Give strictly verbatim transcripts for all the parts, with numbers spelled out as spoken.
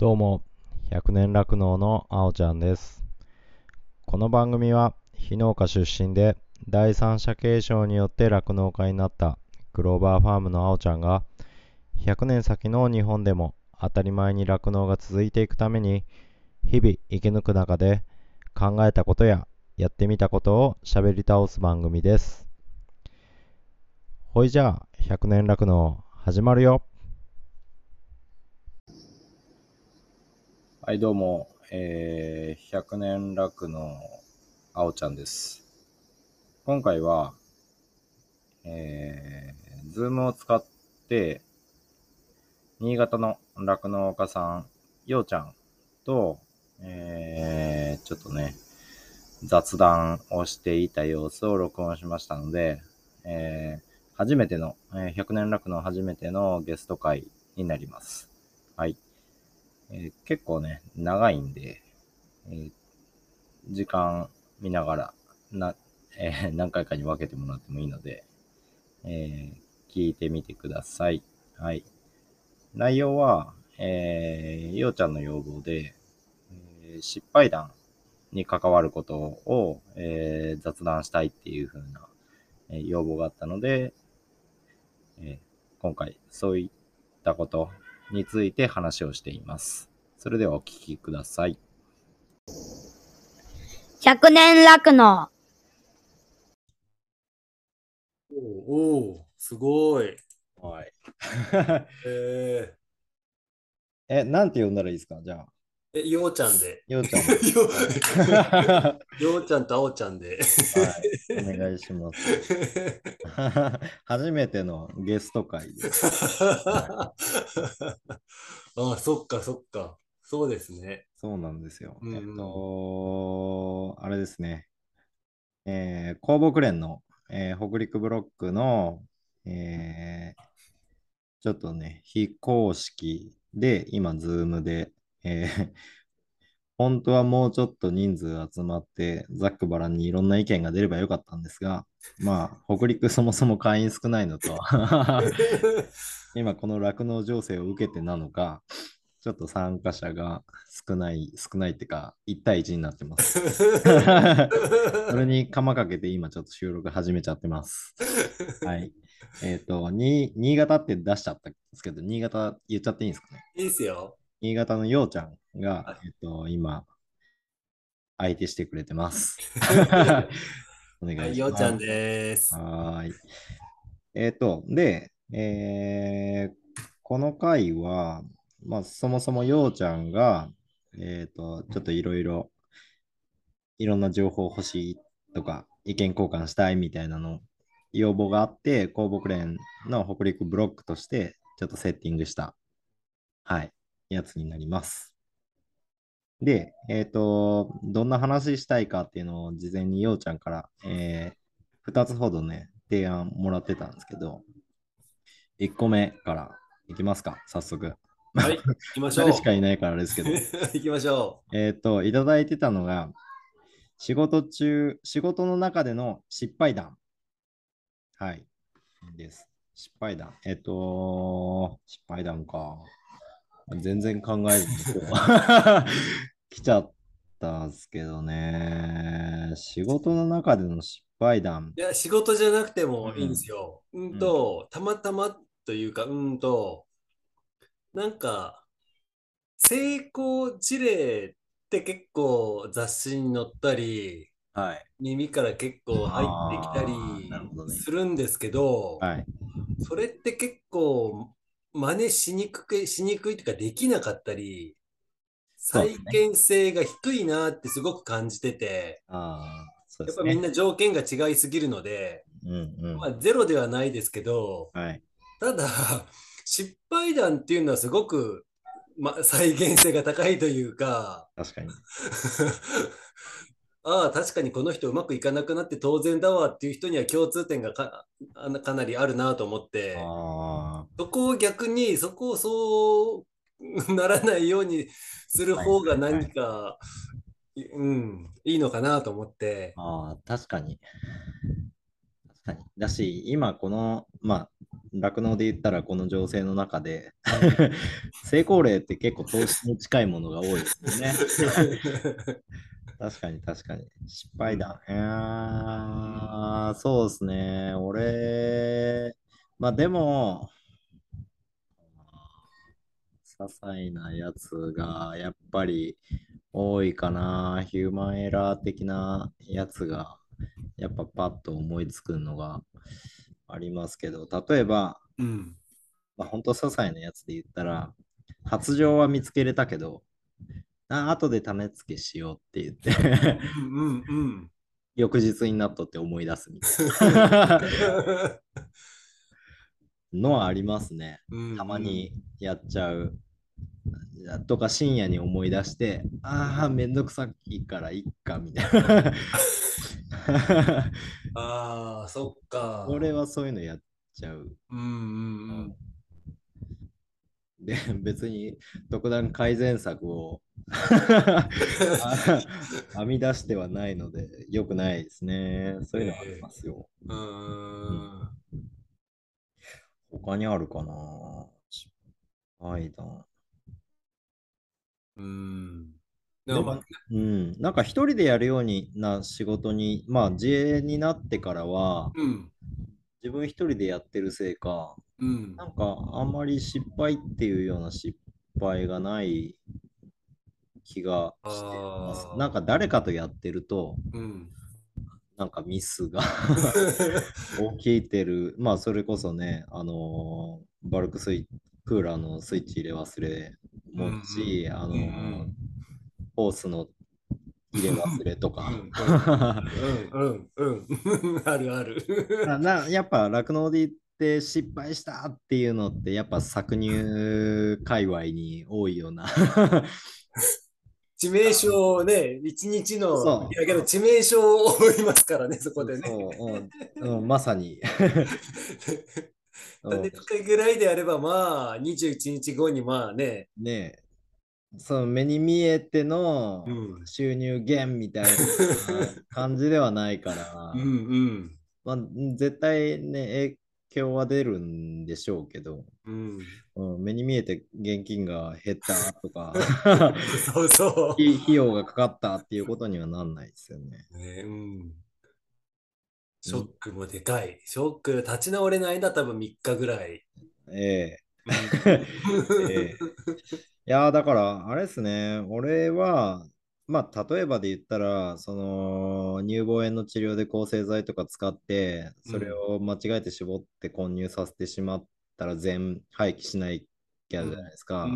どうも、ひゃくねん酪農のあおちゃんです。この番組は、非農家出身で第三者継承によって酪農家になったクローバーファームのあおちゃんが、ひゃくねん先の日本でも当たり前に酪農が続いていくために、日々生き抜く中で考えたことややってみたことを喋り倒す番組です。ほいじゃあ、ひゃくねん酪農始まるよ。はい、どうも、えー、ひゃくねん酪農あおちゃんです。今回は、えー、ズームを使って、新潟の酪農家さん、ようちゃんと、えー、ちょっとね、雑談をしていた様子を録音しましたので、えー、初めての、えー、ひゃくねん酪農初めてのゲスト会になります。はい。えー結構ね、長いんで、えー時間見ながらな、えー何回かに分けてもらってもいいので、えー聞いてみてください。はい。内容は、えー、ようちゃんの要望で、えー失敗談に関わることを、えー雑談したいっていう風な、えー要望があったので、えー今回そういったことについて話をしています。それではお聞きください。 ひゃくねん酪農。 おおー、すごい。 はい。 ええ、なんて呼んだらいいですかじゃあ。 ー、え、ようちゃんで。 ようちゃんで。 よ、 はようちゃんとあおちゃんで。 い。はい。お願いします。初めてのゲスト会です。はい。 あ、そっかそっか。そうですね。 そうなんですよ。 うんえっうん。 と、あれですね。えー、公木連の、えー北陸ブロックの、えーちょっとね、非公式で、今、ズームで、えー本当はもうちょっと人数集まって、ざっくばらんにいろんな意見が出ればよかったんですが、まあ、北陸そもそも会員少ないのと今この酪農情勢を受けてなのか、ちょっと参加者が少ない、少ないってか、いち対いちになってます。それに釜かけて今ちょっと収録始めちゃってます。はい。えっと、に、新潟って出しちゃったんですけど、新潟言っちゃっていいんですかね。 いいっすよ。 新潟のようちゃんが、 はえっと、今、相手してくれてます。お願いい、 しようちゃんます。 です。 はーい。えっと、で、えーこの回は、まあ、そもそもようちゃんが、えっと、ちょっといろいろ、いろんな情報欲しいとか、意見交換したいみたいなの、要望があって、公木連の北陸ブロックとして、ちょっとセッティングした、はい、やつになります。で、えっと、どんな話したいかっていうのを事前にようちゃんから、えー、ふたつほどね、提案もらってたんですけど、いっこめからいきますか、早速。 はい、行きましふたりしかょいないからあれですけう。 ど、 行きましょえっと、いただいてたのが、仕事中、仕事の中での失敗談。はい。です。失敗談。えっと、失敗談か。全然考えずに今日来ちゃったんですけどね。仕事の中での失敗談。 う。いや、仕事じゃなくてもいいんですうん。 よ。うんうん。 と、たまたまというか、うんと、なんか、成功事例って結構雑誌に載ったり、 はい。 耳から結構入ってきたああ、なるりほどね。 するんですけど、 はい。 それって結構真似しにくく、しにくいというかできなかったり、再そうですね。 現性が低いなってすごく感じてて、 ああ、そうですね。 やっぱみんな条件が違いすぎるので、 うんうん。 まあゼロではないですけど、 はい。 ただ、失敗談っていうのはすごく、まあ、再現性が高いというか、 確かに。 ああ、確かにこの人うまくいかなくなって当然だわっていう人には共通点がか、あかなりあるなと思って、 あそこを逆に、そこをそうならないようにするあ、はい方がはいはい。 何か、うん、いいのかなと思って。 ああ、確かに。確かに。だし、今この、まあ、 酪農で言ったらこの情勢の中で、 うん。 成功例って結構投資に近いものが多いですよね。確かに確かに。失うん。 敗談。えうん。 ー、そうですね。俺、まあでも、些細なやつがやっぱり多いかな。ヒューマンエラー的なやつがやっぱパッと思いつくのがありますけど、例えば、 うん。 まあ、本当些細なやつで言ったら、発情は見つけれたけど、あ、後で種付けしようって言ってうんうんうん。 翌日になっとって思い出すみたいなのはありますね。 うんうたまん。 にやっちゃう。とか深夜に思い出して、ああ、めんどくさいからいっかみたいなああ、そっか。 俺はそういうのやっちゃう。 うんうんうん。 で、別に特段改善策をあ編み出してはないので、良くないですね。そういうのはありえますよ。 ー、ううん、 ーん。 他にあるかな、失敗談。 うーん。でもまあ、 でも、うん、なんか一人でやるようにな仕事に、まあ自営になってからは、 うん。 自分一人でやってるせいか、 うん。 なんかあんまり失敗っていうような失敗がない気があしてます。なんあ、 か誰かとやってると、 うん。 なんかミスが起きてる。まあそれこそね、あのーバルクスイ、クーラーのスイッチ入れ忘れうんうもだし、 ん。 あうんうのーん。 ホースの入れ忘れとか。 うんうんうんうんうん。あるある。 な、なやっぱ酪農で行って失敗したっていうのって、やっぱ搾乳界隈に多いような致命傷をね、一日の売りそ上げの致命傷を負いますからね、そこう、 でね。 そう、うん、うん、まさに。うん、 種付けぐらいであれば、まあ、にじゅういちにちごに、まあね、 ねえ、その目に見えてのうん。 収入減みたいな感じではないかうんら、 うん。 まあ、絶対ね、影響は出るんでしょうけど、 うん。 うん、目に見えて現金が減ったとかそうそ費費用がかかったっていうことにはなんないですよね。 う。ね、うん。シうん、 ョックもでかい。ショック、立ち直れないんだ、多分みっかぐらい。 ええ。 うん。 ええ。いやー、だから、あれですね、俺は、まあ、例えばで言ったら、その、乳房炎の治療で抗生剤とか使って、それうん。 を間違えて絞って混入させてしまったら全廃棄しないきゃじゃないうん。 ですか。 うん。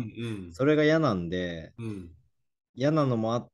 それが嫌なんで、 うん。 嫌なのもあって、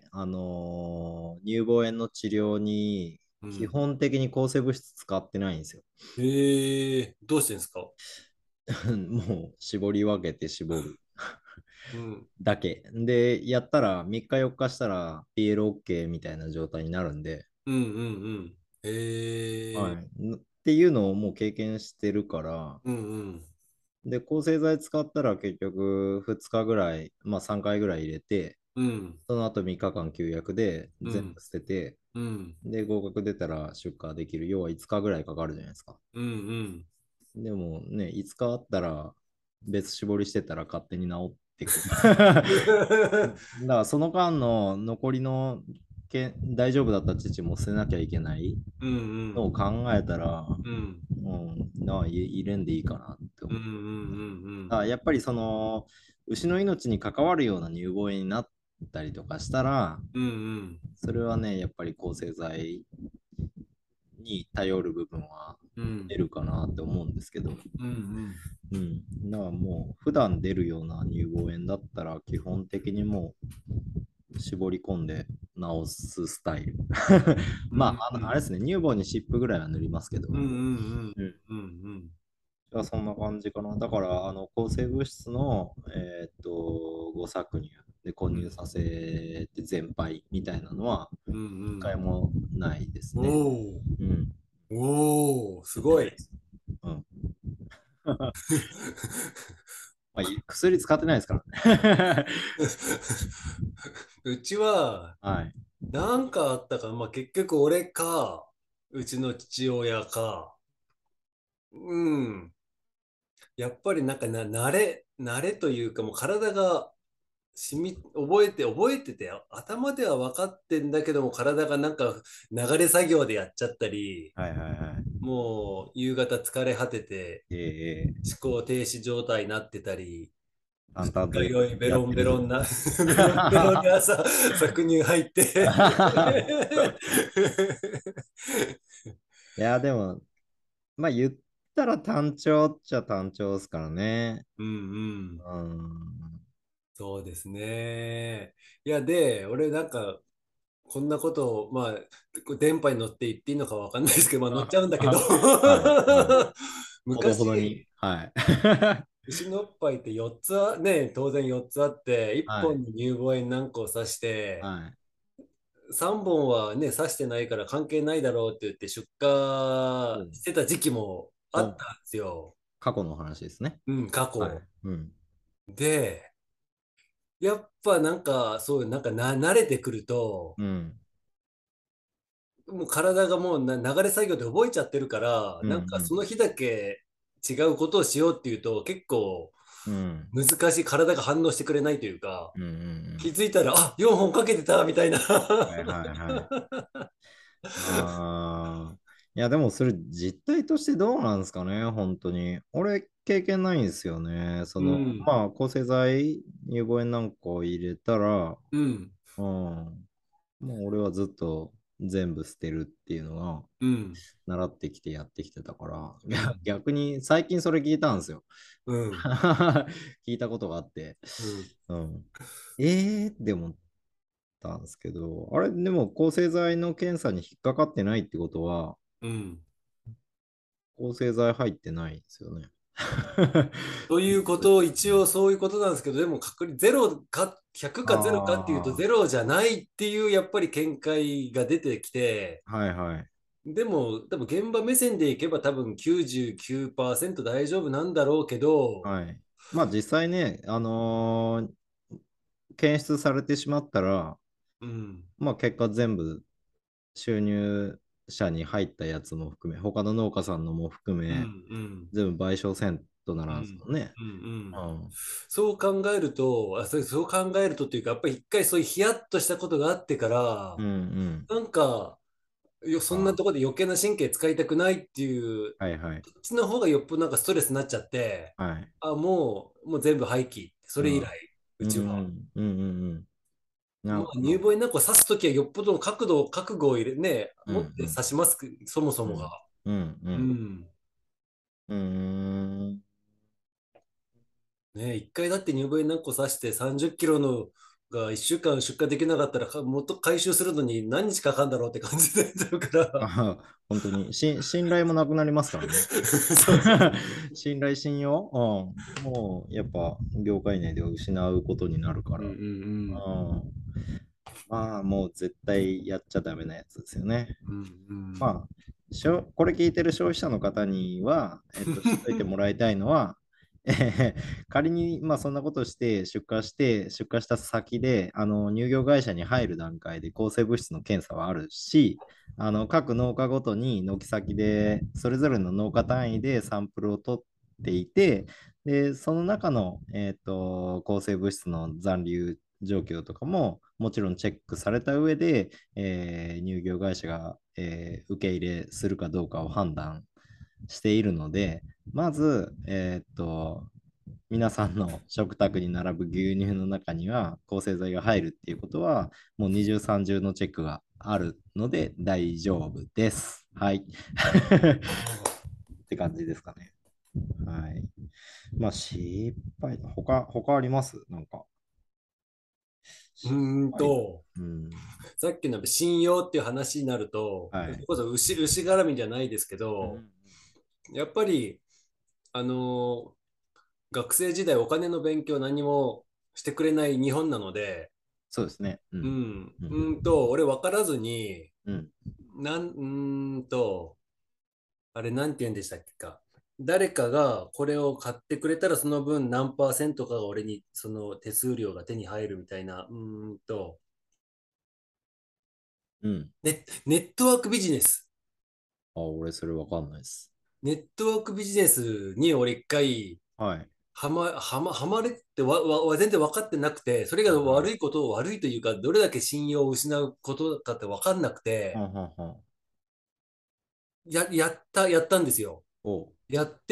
あのー乳房炎の治療に基うん。 本的に抗生物質使ってないんですよ。 ええ、どうしてんですか？ もう絞り分けて絞るうん。 だけ。で、やったらみっかよっかしたら ピーエルオーケー みたいな状態になるんで、 うんうんうん。ええ、 はい。んっていうのをもう経験してるから、 うんうん。 で、抗生剤使ったら結局ふつかぐらい、まあさんかいぐらい入れて、 うん。 その後みっかかん休薬で全部うん。 捨てて、 うん。 で、合格出たら出荷できる。要はいつかぐらいかかるじゃないですか。 うんうん。 でもね、いつかあったら別絞りしてたら勝手に治ってくる。だからその間の残りのけ大丈夫だった父も捨てなきゃいけないうんうん。 のを考えたら、 うん。 うん、な入入れんでいいかなって思う。 うんうんうんあ、やっぱりその牛の命に関わるような乳房炎になったりとかしたら、 うん。うんうん。 それはね、やっぱり抗生剤に頼る部分はうん出るかなって思うんですけど、 うん。 うん。だからもう、普段出るような乳房炎だったら、基本的にもう、絞り込んで治すスタイル。 うんまあ、あの、あうん。 れですね、乳房に湿布ぐらいは塗りますけど、 うんうんうん。 うん。 うんうん。 じゃあそんな感じかな。だから、あの、抗生物質の、えーっと、誤搾乳で混入させて全廃みたいなのは、 うんう一回ん。 もないですね。 おお。 うん。 おお、すごい。 やってないです。うん。まあ、い薬使ってないですからね。 うちは、 はい。 なんかあったかな。まあ、結局俺か、うちの父親か。うん。 やっぱりなんかな、慣れ、慣れというかもう体が染み、覚えて、覚えてて、頭では分かってんだけども、体がなんか流れ作業でやっちゃったり、 はいはいはい。 もう夕方疲れ果ててええ、 思考停止状態になってたり、二淡々と日酔いベロンやってるぞ。 ベロンな、ベロンベロンで朝、搾乳入っていや、でも、まあ言ったら単調っちゃ単調ですからね。 うんうん。 うん。 そうですね。いや、で、俺なんか、こんなことを、まあ、電波に乗って言っていいのかわかんないですけど、まあ乗っちゃうんだけどはい、はい。ほどほどに。 昔、 はい。 牛のおっぱいってよっつあ、ね、当然よっつあって、1 はい。 本に乳房炎何個を刺して、 はい。 さんぼんはね、刺してないから関係ないだろうって言って出荷うん。 してた時期もあっお、 たんですよ。 過去の話ですね。 うん、過はい。 去。 うん。 で、やっぱなんか、そう、なんかな、慣れてくると、 うん。 もう体がもうな流れ作業で覚えちゃってるから、 うん。うなんかそん。 の日だけ違うことをしようっていうと、結構うん。 難しい、体が反応してくれないというか、 うん。うん。 気づいたら、あ、よんほんかけてたみたいな。 はいはいはい。ああ。いや、でもそれ実態としてどうなんですかね、本当に。俺、経験ないんですよね。その、 うん、 まあ、抗生剤、乳房炎なんかを入れたら、 うん、 うん。もう俺はずっと全部捨てるっていうのが、 うん、 習ってきてやってきてたから、 うん、 逆に最近それ聞いたんですよ。 うん、 聞いたことがあって、 うん、 うん。えーって思ったんですけど、あれ、でも抗生剤の検査に引っかかってないってことは、 うん。 抗生剤入ってないんですよね。 ということを一応そういうことなんですけど、でも確率ゼロかひゃくかゼロかっていうとあゼロじゃないっていうやっぱり見解が出てきて、 あ、はいはい。 でも多分現場目線でいけば多分きゅうじゅうきゅうパーセント大丈夫なんだろうけど、 はい。まあ実際ね、あのー検出されてしまったら、 うん、 まあ結果全部収入者に入ったやつも含め、他の農家さんのも含うん、うめ、 ん、 全部賠償せんとならんすうん、 もんね。 うん、うん。 うん。 そう考えると、あ、そうそう考えるとっていうか、やっぱり一回そういうヒヤッとしたことがあってから、 うんうん。 なんか、よそんなあ、 ところで余計な神経使いたくないっていう、 はいはい。 こっちの方がよっぽどなんかストレスになっちゃって、 はい。 あ、もう、もう全部廃棄。それ以来、 うん。うんうちは。 うんうんうんうん。なまあ、 るほど。 乳房になんか刺すときはよっぽどの角度、覚悟を入れ、ね、 うん持ってうん刺しますく、そもそもが。 うん。うんううん。 ん。 うーん。 ね、一回だって乳房に何個刺してさんじゅっキロのがいっしゅうかん出荷できなかったら、かもっと回収するのに何日かかるんだろうって感じになっちゃうから。 あ、本当に。し、信頼もなくなりますからね。 そうそうそう。 信頼、信用、うん。もう、やっぱ、業界内では失うことになるから。 うんうんうん。まあ、もう絶対やっちゃダメなやつですよね。 うん。うんまあ、しょ、これ聞いてる消費者の方には、えっと、知っといてもらいたいのは、えー仮に、まあ、そんなことして出荷して、出荷した先で、あの、乳業会社に入る段階で抗生物質の検査はあるし、あの、各農家ごとに軒先で、それぞれの農家単位でサンプルを取っていて、で、その中の、えっと、抗生物質の残留状況とかも、もちろんチェックされた上で、えー乳業会社が、えー受け入れするかどうかを判断しているので、まず、えーっと、皆さんの食卓に並ぶ牛乳の中には抗生剤が入るっていうことは、もう二重三重のチェックがあるので大丈夫です。はい。って感じですかね。はい。まあ、失敗、他、他ありますなんか。 う失ん。うーん敗。 と、 うん。 さっきの信用っていう話になると、それはい。 こそ牛、牛絡みじゃないですけど、 うん。 やっぱり、あのー学生時代お金の勉強何もしてくれない日本なので、 そうですね。ううん。 ん、ううん。 ーんと、俺分からずに、 うん。 なん、うーんと、あれなんて言うんでしたっけか。誰かがこれを買ってくれたらその分何パーセントかが俺にその手数料が手に入るみたいな、うーんと、 うん。 ネ、ネットワークビジネス。 あ、俺それわかんないです。 ネットワークビジネスに俺一回はい。 はま、はま、はまれってわ、わ、わ全然分かってなくて、それが悪いことを悪いというか、どれだけ信用を失うことかって分かんなくて、 ほんほんほん。 や、やった、やったんですよ。 おう。 やって、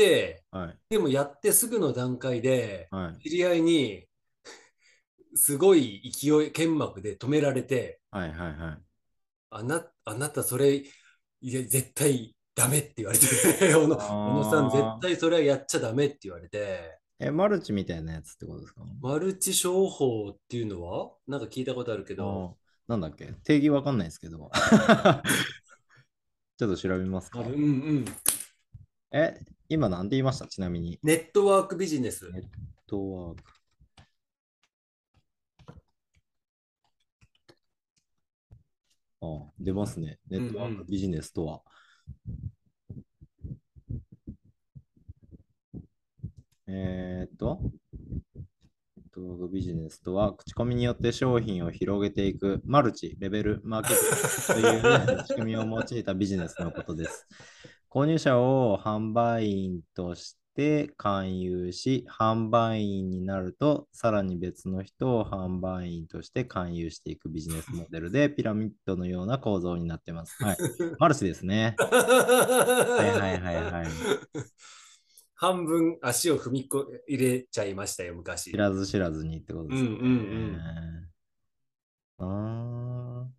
はい。 でもやってすぐの段階で、 はい。 知り合いにすごい勢い、剣幕で止められて、 はいはいはい。 あな、あなたそれ、いや、絶対ダメって言われて、小野、小野さん絶あ対それはやっちゃダメって言われて、 ー。え、マルチみたいなやつってことですか？ マルチ商法っていうのはなんか聞いたことあるけど、 あー。なんだっけ定義わかんないですけど。ちょっと調べますか？ ある、うんうん。 え、今なんて言いましたちなみに。 ネットワークビジネス。 ネットワーク。あー、出ますね。ネうんうットワークん。 ビジネスとは。えーっと、ネットワークビジネスとは、口コミによって商品を広げていくマルチレベルマーケティングという仕組みを用いたビジネスのことです。購入者を販売員として勧誘し、販売員になると、さらに別の人を販売員として勧誘していくビジネスモデルで、ピラミッドのような構造になっています。はい。マルチですね。はいはいはいはい。 半分足を踏みこ入れちゃいましたよ、昔。 知らず知らずにってことうんうですんね。うーん。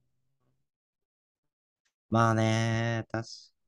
まあね、確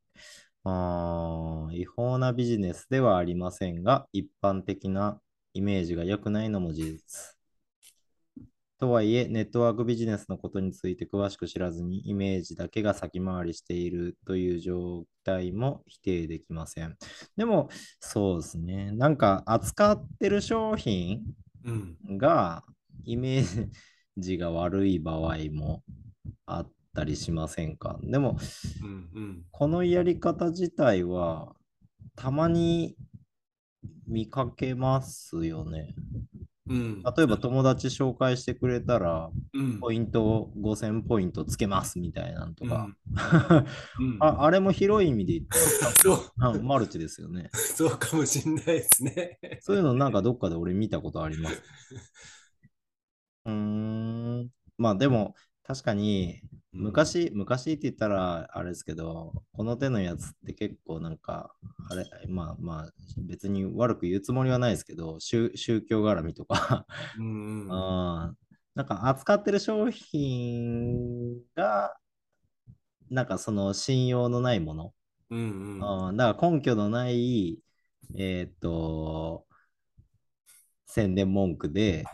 か、違法なビジネスではありませんが、一般的なイメージが良くないのも事実。とはいえ、ネットワークビジネスのことについて詳しく知らずに、イメージだけが先回りしているという状態も否定できません。でも、そうですね。なんか、扱ってる商品うん。 が、イメージが悪い場合もあったりしませんか？でも、 うんうんこのやり方自体は、たまに見かけますよね。 うん。 例えば友達紹介してくれたら、 うん。 ポイントをごせんポイントつけますみたいなんとか。 うん。うん。 あ、あれも広い意味で言ったら多分、 そう、 あマルチですよね。 そうかもしんないですね。 そういうのなんかどっかで俺見たことあります。うーん。まあでも、確かに、 うん。 昔、昔って言ったらあれですけど、この手のやつって結構なんか、あれ、まあまあ、別に悪く言うつもりはないですけど、宗、宗教絡みとか、 うんうん。 あーなんか扱ってる商品が、なんかその信用のないもの、 うんうん。 あーだから根拠のない、えーっと、宣伝文句で、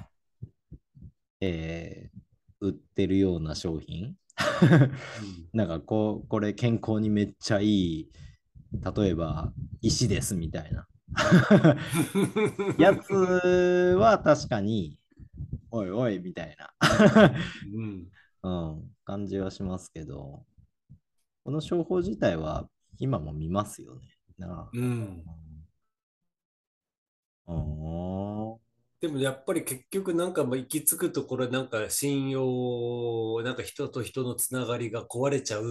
えー売ってるような商品うん。 なんかこう、これ健康にめっちゃいい、例えば石ですみたいなやつは確かに、おいおいみたいなうん。 うん、感じはしますけど、この商法自体は今も見ますよね。なうん。 あ。うん。 でもやっぱり結局なんかもう行き着くところなんか信用、なんか人と人のつながりが壊れちゃう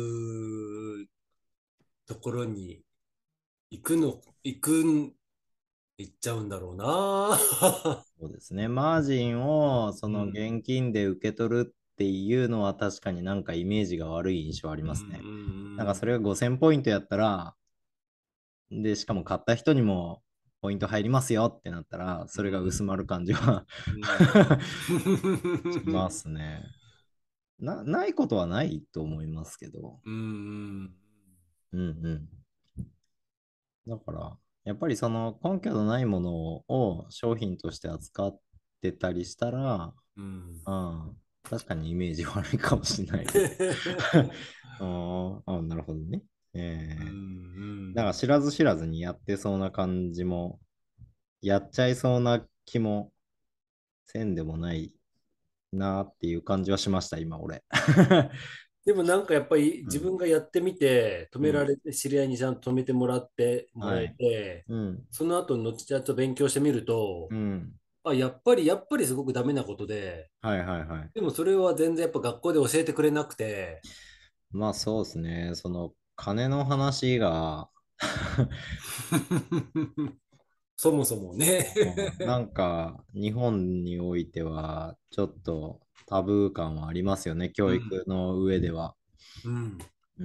ところに行くの、行くん、行っちゃうんだろうな。 そうですね。マージンをそのうん。 現金で受け取るっていうのは確かになんかイメージが悪い印象ありうんうますね。なんかそんれがごせんポイントやったら、で、しかも買った人にもポイント入りますよってなったら、それが薄まる感じはうん。 しますね。な、ないことはないと思いますけど。 うん。うん。 うんうん。だから、やっぱりその根拠のないものを商品として扱ってたりしたら、 うん。 うん、確かにイメージ悪いかもしれないです。あーあ、なるほどね。 うん。うえー、だからん。 知らず知らずにやってそうな感じも、やっちゃいそうな気もせんでもないなっていう感じはしました、今俺。 でもなんかやっぱりうん。 自分がやってみて、止うん。 められて、知り合いにちゃんと止めてもらってもらえはい。 て、 うん。 その後、後々と勉強してみると、 うん。 あ、やっぱり、やっぱりすごくダメなことで、 はいはいはい。 でもそれは全然やっぱ学校で教えてくれなくて、 まあそうですね。その金の話がそもそもね。 うんなんか、日本においては、ちょっとタブー感はありますよね、教うん。 育の上では。 うん。 うん。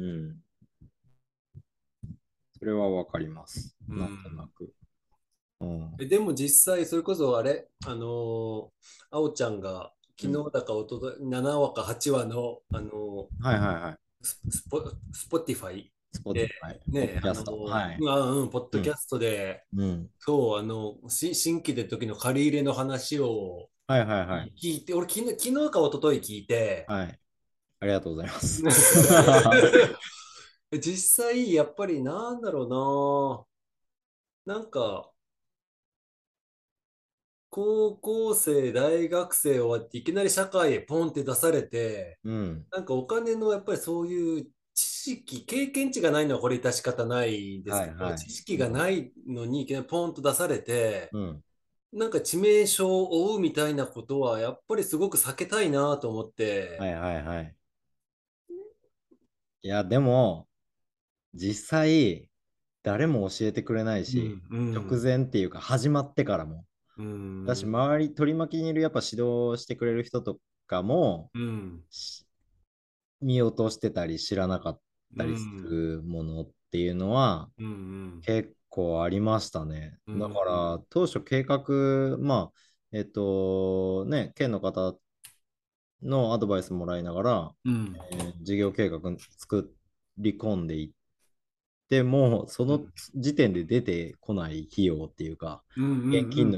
それはわかります。 うなんとなん。 く。うん。 え、でも実際、それこそあれ、あのー、あおちゃんがうん。 昨日だかおととい、ななわかはちわの、あのーはいはいはい。 ス、スポ、スポティファイで、 Spotify、ポッドね、あのキャスト。はい。 ー、あ、うん、ポッうん。 ドキャストで、 うん。 そう、あの、し新規で時の借り入れの話をはいはいはい。 聞いて、俺昨日、昨日か一昨日聞いて、 はい。ありがとうございます。 実際、やっぱりなんだろうな、なんか、高校生、大学生終わって、いきなり社会へポンって出されて、 うん。 なんかお金のやっぱりそういう知識、経験値がないのはこれ致し方ないですけど、 はいはい。 知識うん。 がないのにいきなりポンと出されて、 うん。 なんか致命傷を負うみたいなことは、やっぱりすごく避けたいなと思って、 はいはいはい。いや、でも、実際、誰も教えてくれないし、 うん、うん、 直前っていうか、始まってからも。 うだし、 ん、 周り、取り巻きにいるやっぱ指導してくれる人とかも、 うん、 し見落としてたり、知らなかっうたりすん、 るものっていうのは、 うん、 結構ありましたね。 うん、 だうん、 から、当初計画、まあ、えっと、ね、県の方のアドバイスもらいながら、 うん、 えー事業計画作り込んでいっても、その時点で出てこない費用っていうか、 うん、うん、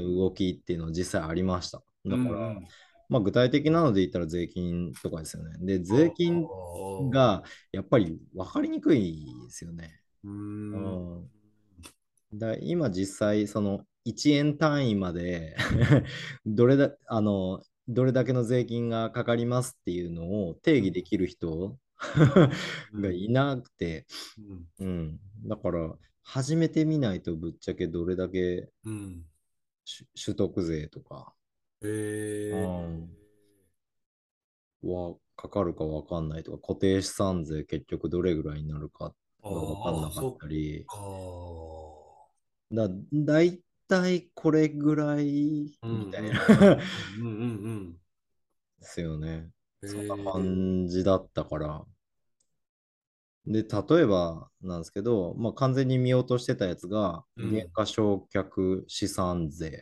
現金の動きっていうのは実際ありました。 うん、うだから、 ん、 まあ、具体的なので言ったら税金とかですよね。で、 ああ、 税金がやっぱり分かりにくいですよね。 ううん、 ん。だ今実際、そのいちえん単位までどれだ、あの、どれだけの税金がかかりますっていうのを定義できる人うん、 がいなくて、 うん、 うん。だから、始めてみないとぶっちゃけどれだけうん。 し所得税とか、うええ、 ん、はかかるかわかんないとか、固定資産税結局どれぐらいになるかがわかんああ、 なかっそったり、 か。 だ、だいたいこれぐらいうん、 みたいうん、うん、 なうん、うん、うん。 ですよね。そんなええ、 感じだったから。で、例えばなんですけど、まあ、完全に見落としてたやつが、減うん。 価償却資産税。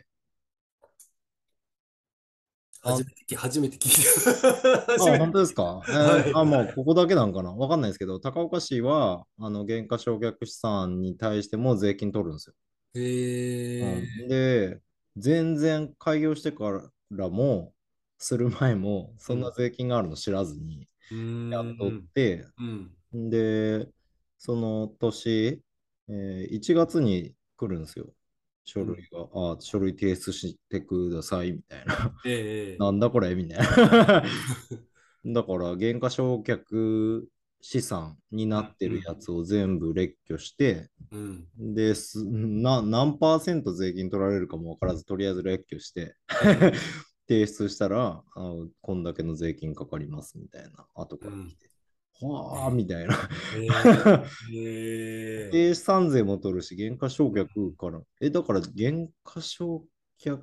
あ、 初めて聞、初めて聞いた。 あ、 初めて本当です聞いか。えた。はーあ、 い。 もうここだけなんかなわかんないですけど、高岡市は、あの、減価償却資産に対しても税金取るんですよ。うえん。 え、 で、全然開業してからも、する前も、そんなうん、 税金があるの知らずにうーやっとっん、 て、 うん、 で、その年、えーいちがつに来るんですよ。書類うん。 が、あ、書類提出してください、みたいな。 ええ、 なんだこれみたいな。 うん、 だから、減価償却資産になってうん、 るやつを全部列挙して、 うん、 です、な、何パーセント税金取られるかもわからず、とりあえず列挙してうん、 提出したら、あの、こんだけの税金かかりますみたいな、後うん。 から来て。はあ、みたいな。 ええ、 定資産税も取るし、減価償却から。え、だから減価償却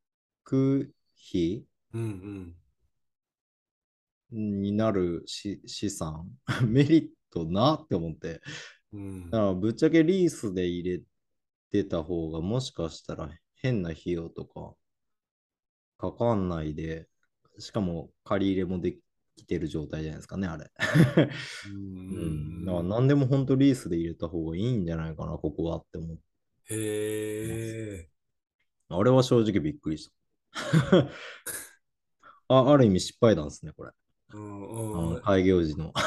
費うん、うん、 になるし資産メリットなって思って。 うん。 だからぶっちゃけリースで入れてた方がもしかしたら変な費用とかかかんないで、しかも借り入れもできてる状態じゃないですかね、あれ。 うーうん。だからん。 何でも本当リースで入れた方がいいんじゃないかな、ここはって思ってます。 へえ。 あれは正直びっくりした。あ、ある意味失敗談ですね、これ。 うあの、 ん、うん、 開業時の。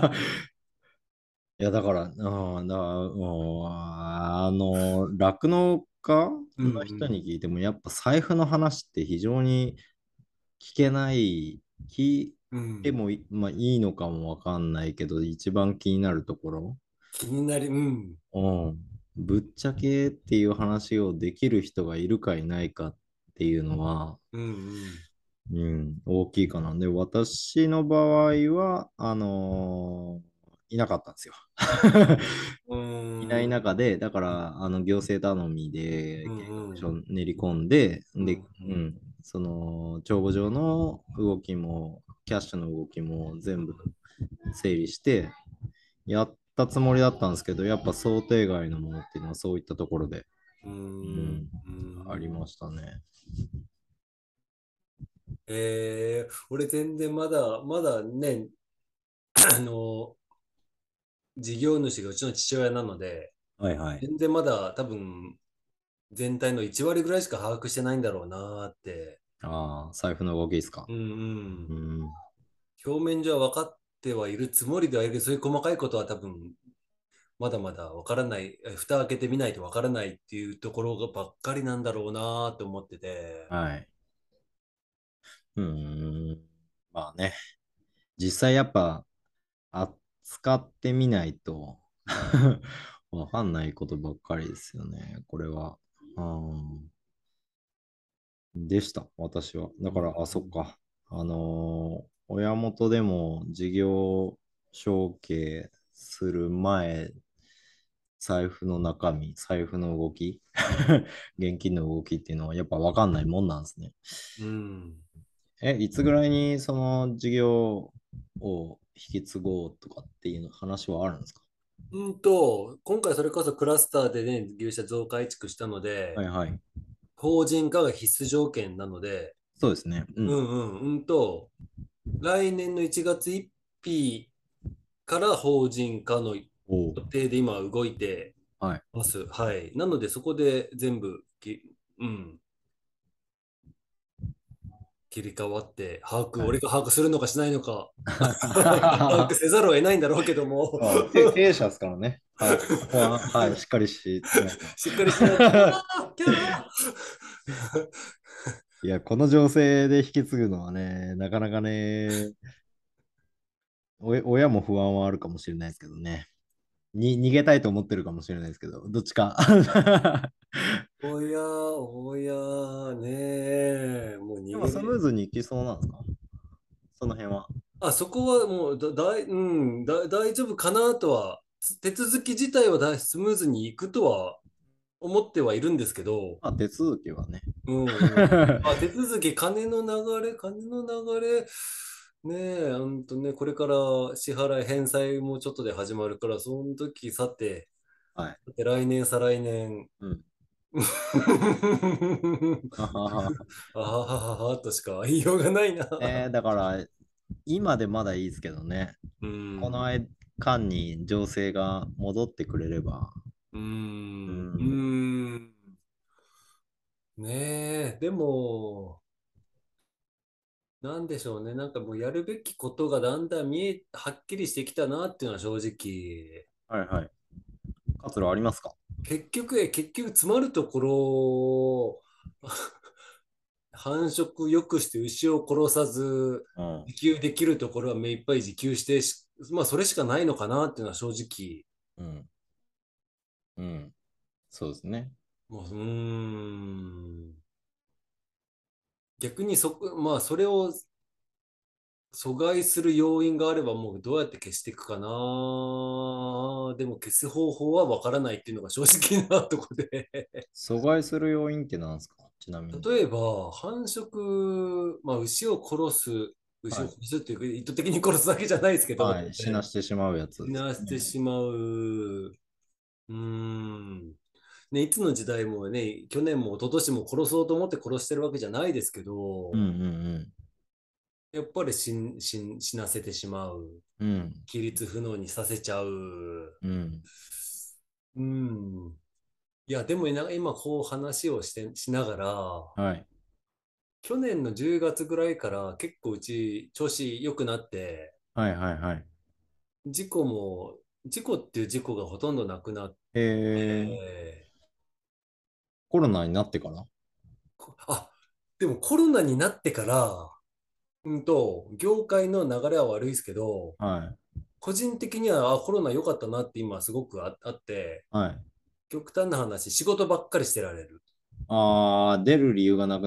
いや、だから、うん、だから、うんあの、酪農家うん、 の人に聞いても、やっぱ財布の話って非常に聞けない、聞いうん。 てもい、まあ、いいのかもわかんないけど、一番気になるところ、 気になり、うん、 うん、ぶっちゃけっていう話をできる人がいるかいないかっていうのは、 うん、 うん、大きいかな。で、私の場合は、あのーいなかったんですよ。 うーいないん。 中で、だから、あの、行政頼みで、 うん計うん。 画書練り込んで、で、 うんうん、その、帳簿上の動きも、キャッシュの動きも全部整理して、やったつもりだったんですけど、やっぱ想定外のものっていうのはそういったところで、 うん。ううーん。 ん、 うありん。 ましたね。 えー、俺全然まだ、まだね、あの、事業主がうちの父親なので、 はいはい。 全然まだ多分全体のいち割ぐらいしか把握してないんだろうなーって。 ああ、財布の動きですか。 うんうん。 うん。 表面上は分かってはいるつもりではいるけど、そういう細かいことは多分まだまだ分からない、え蓋開けてみないと分からないっていうところがばっかりなんだろうなーって思ってて。 はい。うん。まあね、実際やっぱ、扱ってみないとわかんないことばっかりですよね、これは。うん。でした、私は。だうんから、あ、そっうんか。あのー親元でも事業承継する前、財布の中身、財布の動き、現金の動きっていうのはやっぱわかんないもんなんですね。 うん。 え、いつぐらいにその事業を引き継ごうとかっていうの話はあるんですか？ うんと、今回それこそクラスターでね、牛舎増改築したので、 はいはい。 法人化が必須条件なので、 そうですね。うん。 うんうん、うんと、来年のいちがつついたちから法人化の予おう。 定で今動いてはい。 ます。はい。なのでそこで全部き、うん、切り替わって把握、 はい。 俺が把握するのかしないのか把握せざるを得ないんだろうけどもあ、経経営者ですからね。はい。ここは、はい、しっかりしないと。 しっかりしないと。あーキャーいや、この情勢で引き継ぐのはね、なかなかね、お親も不安はあるかもしれないですけどね。に、逃げたいと思ってるかもしれないですけど、どっちか。 おや、おや、ねえ、もうでもスムー逃げれ。 ズにいきそうなんですか？その辺は。 あ、そこはもうだ、だい、うん、だ、大丈夫かなとは、つ手続き自体はだスムーズにいくとは思ってはいるんですけど、 あ、手続きはね。 うんうん。あ、手続き、金の流れ、金の流れ、ねえ、ほんとね、これから支払い、返済もちょっとで始まるから、その時、さて、 はい。 さて来年、再来年、 うん。 あははははとしか言いようがないな。 えー、だから、今でまだいいですけどね。 うん。 この間間に情勢が戻ってくれれば。 うーん。うーうん。 ん。ねえ、でも、なんでしょうね。なんかもうやるべきことがだんだん見え、はっきりしてきたなっていうのは正直。 はいはい。活路ありますか？ 結局、え結局詰まるところ、繁殖良くして牛を殺さず、 うん。 自給できるところは目いっぱい自給してし、まあそれしかないのかなっていうのは正直。 うん。うん。そうですね。 もう、うーん。逆にそこ、まあそれを阻害する要因があればもうどうやって消していくかな。でも消す方法はわからないっていうのが正直なとこで。 阻害する要因って何ですか、ちなみに。 例えば繁殖、まあ牛を殺す、牛はい。 を殺すっていうか意図的に殺すだけじゃないですけど、 はい。死なしてしまうやつ死なせですね。 てしまう。うーん。ね、いつの時代もね、去年も一昨年も殺そうと思って殺してるわけじゃないですけど、 うんうんやっぱり死ん死ん死なせてしまう。 うん。うん。 起立不能にさせちゃう。 うん。 うん。いや、でもな今こう話をして、しながら、 はい。 去年のじゅうがつぐらいから結構うち調子良くなって、 はいはいはい。 事故も、事故っていう事故がほとんどなくなっえー、 て、 コロナになってから。 こあ、でもコロナになってから、うんと、業界の流れは悪いですけど、 はい。 個人的にはあコロナ良かったなって今すごくあ、あって、 はい。 極端な話、仕事ばっかりしてられる。 あー、出る理由がなくなるんで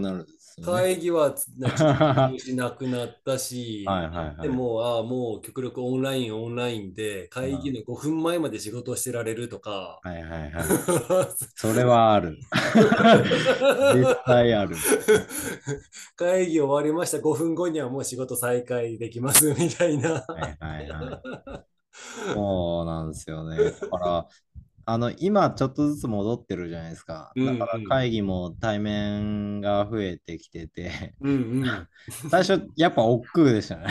すよね。 会議はつな中は止なくなったいはいし、ではい。 も、ああ、もう極力オンライン、オンラインで会議うん、 のごふんまえまで仕事をしてられるとか。 はいはいはい。それはある。実際ある。 会議終わりました。ごふんごにはもう仕事再開できますみたいな。 はいはいはい。そうなんですよね。だから、あの、今ちょっとずつ戻ってるじゃないですか。 うんだからうん会議も対面が増えてきてて、 うんうん。 最初やっぱ億劫でしたね。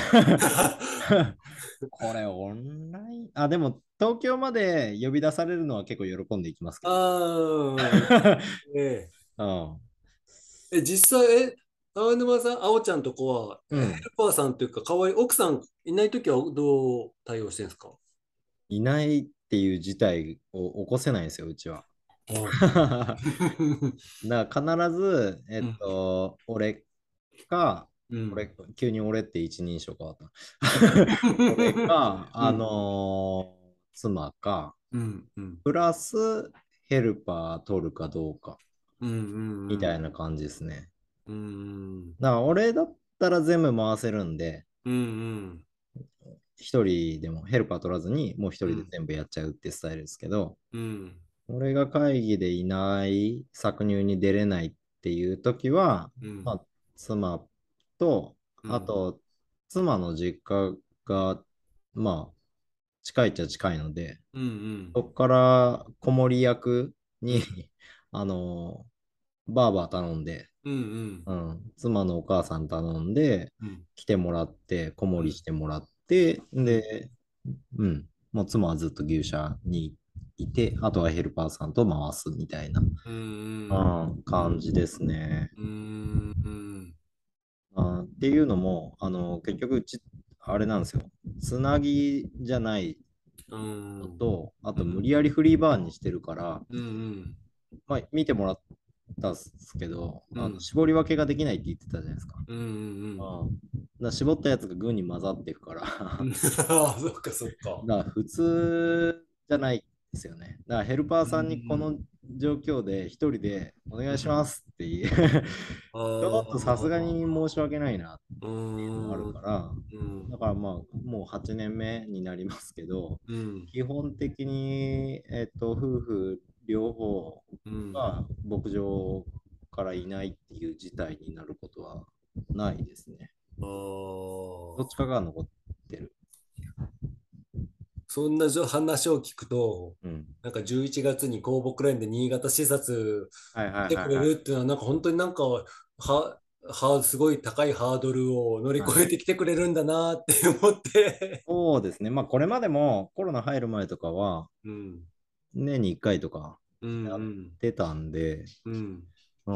これオンライン、あ、でも東京まで呼び出されるのは結構喜んでいきますけど。 ああ、えうん。 え、え、実際、え、青沼さん、青ちゃんとこは、えヘルうん。 パーさんというか、代わり、奥さんいないときはどう対応してるんですか？ いないっていう事態を起こせないんですよ、うちは。 はい。 だから必ず、えっうん、 と、俺か、 うん、 俺、急に俺って一人称変わった。俺か、あうん、 のー妻か、 うん、うん、 プラスヘルパー取るかどうか、 うん、うん、 みたいな感じですね。 うん、 だから俺だったら全部回せるんで、 うん、 一人でもヘルパー取らずに、もう一うん、 人で全部やっちゃうってスタイルですけど、 うん、 俺が会議でいない、搾乳に出れないっていう時は、 うん、 まあ、妻と、 うん、 あと、妻の実家が、まあ、近いっちゃ近いので、 うん、 そこから子守役にうん、 あの、バーバー頼んで、 うん、 うん、妻のお母さん頼んで、 うん、 来てもらって、子うん、 守してもらって、 うん、 で、うん、もう妻はずっと牛舎にいて、あとはヘルパーさんと回すみたいな、 うん、 うん、感じですね。 うん、うん、 あっていうのも、あの、結局うち、あれなんですよ。つなぎじゃないうん、 のと、あと無うん、 理やりフリーバーンにしてるから、 うん、 まあ、見てもらったんですけど、あのうん、 絞り分けができないって言ってたじゃないですか。 うん、うん、 うん、だから絞ったやつが群に混ざってるからうん、ああ、そっかそっか。 だから普通じゃないですよね。だからヘルパーうさんにこん、 の状況で一人でお願いしうん、 ますって言うあちょっとさすがにあ、 申し訳ないなっうていうのがあるん、 から、 うん、 だからまあもうはちねんめになりますけど、 うん、 基本的に、えっと、夫婦両方うん。 が牧場からいないっていう事態になることはないですね。 ああ、 どっちかが残ってる。 そんなじょ話を聞くと、 うん。 なんかじゅういちがつに公木連で新潟視察はいはい来てくれはいはい。 るっていうのは、なんか本当になんか、は、は、すごい高いハードルを乗りはい、 越えてきてくれるんだなって思って。 そうですね。まあこれまでもコロナ入る前とかはうん、 年にいっかいとかうやっん、 てたんで、 うん、うん、 うん。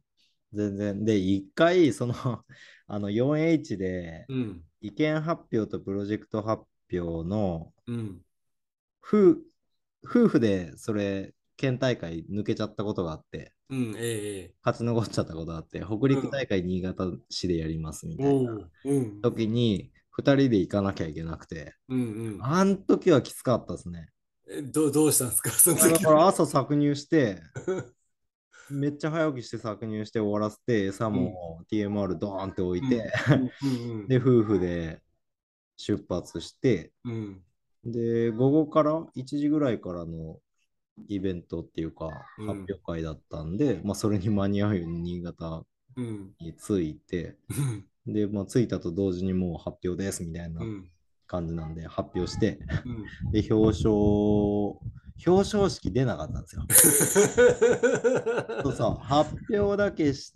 全然。で、いっかいそのあの フォーエイチ でうん、 意見発表とプロジェクト発表のうん、 夫夫婦でそれ県大会抜けちゃったことがあって、 うん、ええ、 勝ち残っちゃったことがあって、北うん、 陸大会新潟市でやりますみたいなおう、うん、 時にふたりで行かなきゃいけなくて、 うん、うん。 あん時はきつかったですね。 え、ど、どうしたんですか、そのいやだ時は。 から朝搾乳して、めっちゃ早起きして搾乳して終わらせて、餌うん、 も ティーエムアール ドーンって置いて、 うん、うん、うん、 で、夫婦で出発して、 うん、 で、午後からいちじぐらいからのイベントっていうか、発うん、 表会だったんで、まあ、それに間に合うように新潟うん、 に着いて、 うん、 で、まあ、着いたと同時にもう発表ですみたいなうん、 感じなんで、発表して、 うん。 で、表彰、表彰式出なかったんですよ。そうそう、発表だけして、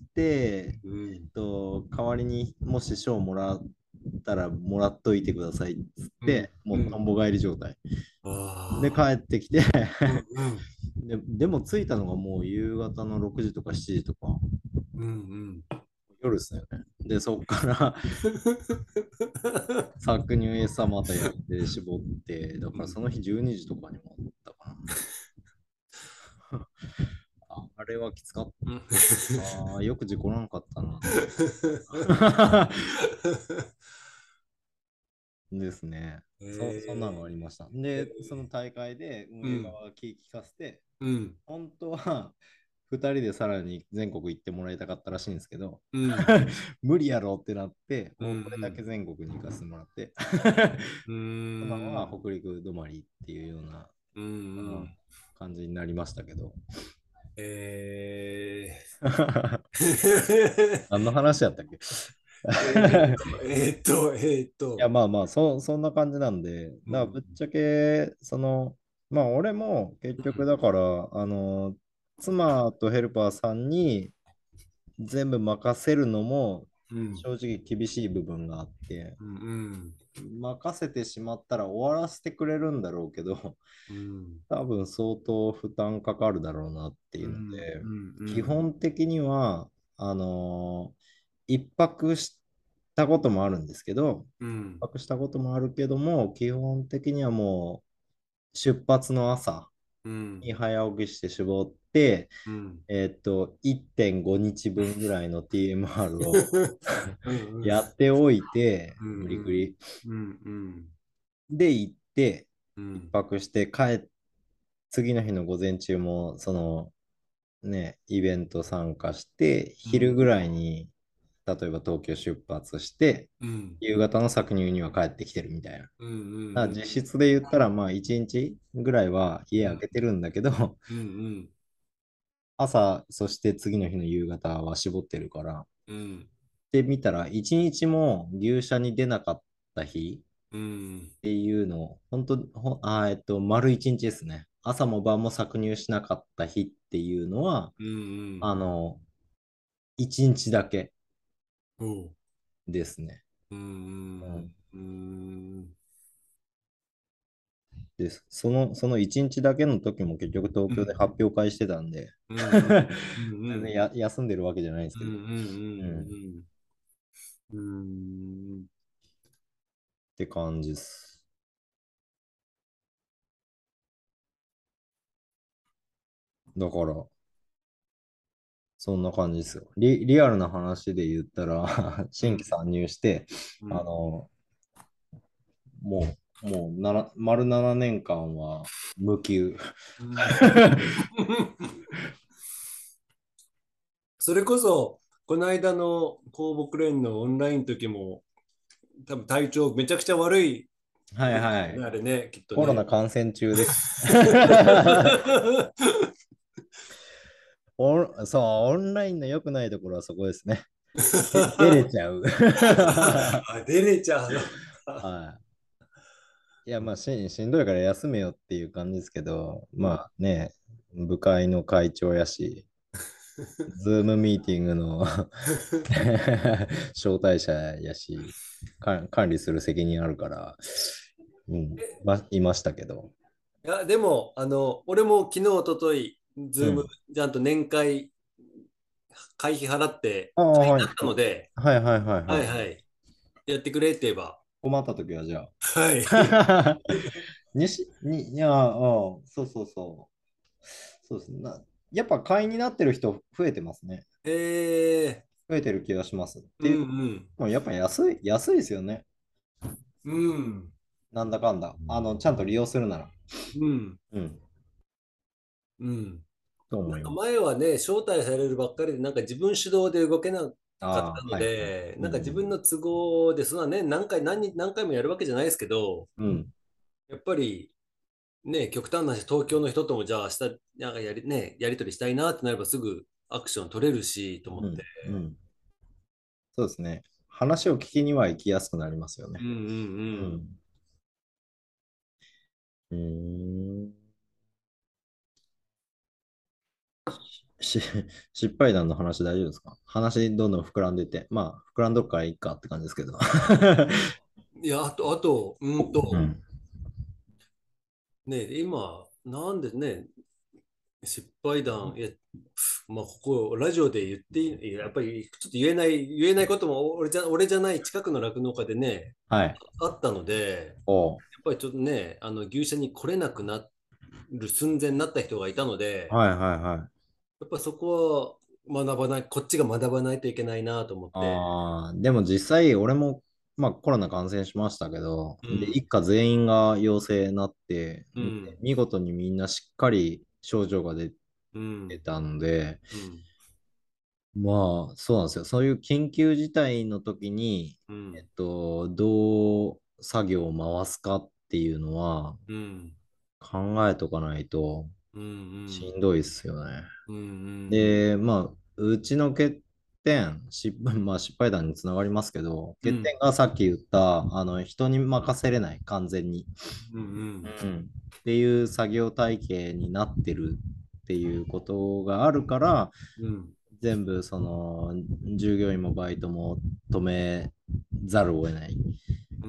うん。 えっと、代わりにもし賞もらったらもらっといてくださいっつっうん。 て、もうん。 うとんぼ返り状態。で、帰ああ。 ってきてうん。うん。 で、でも着いたのがもう夕方のろくじとかしちじとか、 うん。 夜ですよね。で、そっから搾乳餌またやって絞って、だからその日じゅうにじとかにもあったかな。あれはきつかっうん。 た。あよく事故らんかったな。ですね。そ、そんなのがありました。で、その大会で運営うん。 側が気利かせて、 うん。 本当はふたりでさらに全国行ってもらいたかったらしいんですけど、 うん。 無理やろってなって、 うんもうこれだけ全国に行かせてもらって、 う今はん。 北陸止まりっていうようなうんうあのん。 感じになりましたけど。 え何のー。 話やったっけ？ えーっと、えーっと、えーっいや、 と。 まあまあ、そ、そんな感じなんで、だからぶっちゃけ、その、まあ、俺も結局だから、あの、妻とヘルパーさんに全部任せるのも、 うん。 正直厳しい部分があって、 うん。 任せてしまったら終わらせてくれるんだろうけど、 うん。 多分相当負担かかるだろうなっていうのうん。 で、 うん。う基ん。 本的には、あのー一泊したこともあるんですけど、 うん。 一泊したこともあるけども、基本的にはもう出発の朝うん。 に早起きして絞って、 うん。 えーっと、いってんごにちぶんぐらいの ティーエムアール をうんうん。 やっておいて、 うん無理くり。 うんうんで、行って、一うん。 泊して帰っ、次の日の午前中も、その、ね、イベント参加して、 うん昼ぐらいに、例えば東京出発して、 うん夕方の搾乳には帰ってきてるみたいな。だかうんうんら実質で言ったら、まあ、いちにちぐらいは家うん開けてるんだけど、 うん朝、そして次の日の夕方は絞ってるから、 うんで見たら、いちにちも牛舎に出なかった日うんっていうのを、本当、ほあー、えっと、丸いちにちですね。朝も晩も搾乳しなかった日っていうのは、 うんあの、いちにちだけうんですね。 ううん、 んうんです。その、そのいちにちだけの時も結局東京で発表会してたんで、 うんうん全然や休んでるわけじゃないんですけど、 うんうん、っうんて感じです。だから、そんな感じですよ。リ、リアルな話で言ったら新規参入して、あの、もう、もうなな、丸ななねんかんは無給。 それこそ、この間の公木連のオンラインの時も、多分体調めちゃくちゃ悪いはいですよね、 はい。 あれね、きっとね。 コロナ感染中です。オンそう、オンラインの良くないところはそこですね。で出れちゃう。 あ、出れちゃうの。 はい。いや、まあし、しんどいから休めよっていう感じですけど、 うん。 まあね、部会の会長やし、ズームミーティングの招待者やし、か管理する責任あるから、うん、ま、いましたけど。 いや、でも、あの、俺も昨日、おととい、ズーム、 うん。 ちゃんと年会、会費払って、 ああ、はい。 会員になったので、 はいはいはいはい。 はいはい、やってくれって言えば、 困った時はじゃはい。 あ。にし、に、いや、うん、そうそうそう。そうですね。なやっぱ会員になってる人増えてますね。 え増えてる気がします。っー、うんていう、 うん、 もうやっぱ安い、安いですよね。 うん、 なんだかんだ。あの、ちゃんと利用するなら。 うん、 うん。 うん。 と思なんかいます。 前はね、招待されるばっかりで、なんか自分主導で動けなかっああ、 たのはいはい。 で、なんか自分うん。 の都合で、そんなね、何回、何日、何回もやるわけじゃないですけど、 うん。 やっぱり、ね、極端な話、東京の人とも、じゃあ明日、なんかやり、ね、やり取りしたいなってなればすぐアクション取れるし、と思って。 うん。うん。そうですね。話を聞きには行きやすくなりますよね。 うんうんうん。うーん。し、失敗談の話大丈夫ですか？話どんどん膨らんでて。まあ、膨らんどっからいいかって感じですけど。 うん。いや、あと、あと、うんと、 うん。 ね、今、なんでね、失敗談、いや、まあ、ここ、ラジオで言っていい、やっぱり、ちょっと言えない、言えないことも、俺じゃ、俺じゃない近くの酪農家でね、 はい。 あったので、 おう。 やっぱりちょっとね、あの、牛舎に来れなくなる寸前になった人がいたので、 はいはいはい。 やっぱそこは学ばない、こっちが学ばないといけないなと思って。 ああ、でも実際、俺も、まあコロナ感染しましたけど、で、 うん、 一家全員が陽性になって、でうん、 見事にみんなしっかり症状が出うん。 てたんで、 うん。 まあ、そうなんですよ。そういう緊急事態の時に、えっうん。 と、どう作業を回すかっていうのはうん。 考えとかないとうん。 しんどいっすよね。 うん。うん。 で、まあ、うちの欠点、失敗、まあ、失敗談につながりますけど、欠点うん。 がさっき言った、あの、人に任せれない、完全に。 うん。 うん。っていう作業体系になってるっていうことがあるから、 うん。 全部、その、従業員もバイトも止めざるを得ないうん。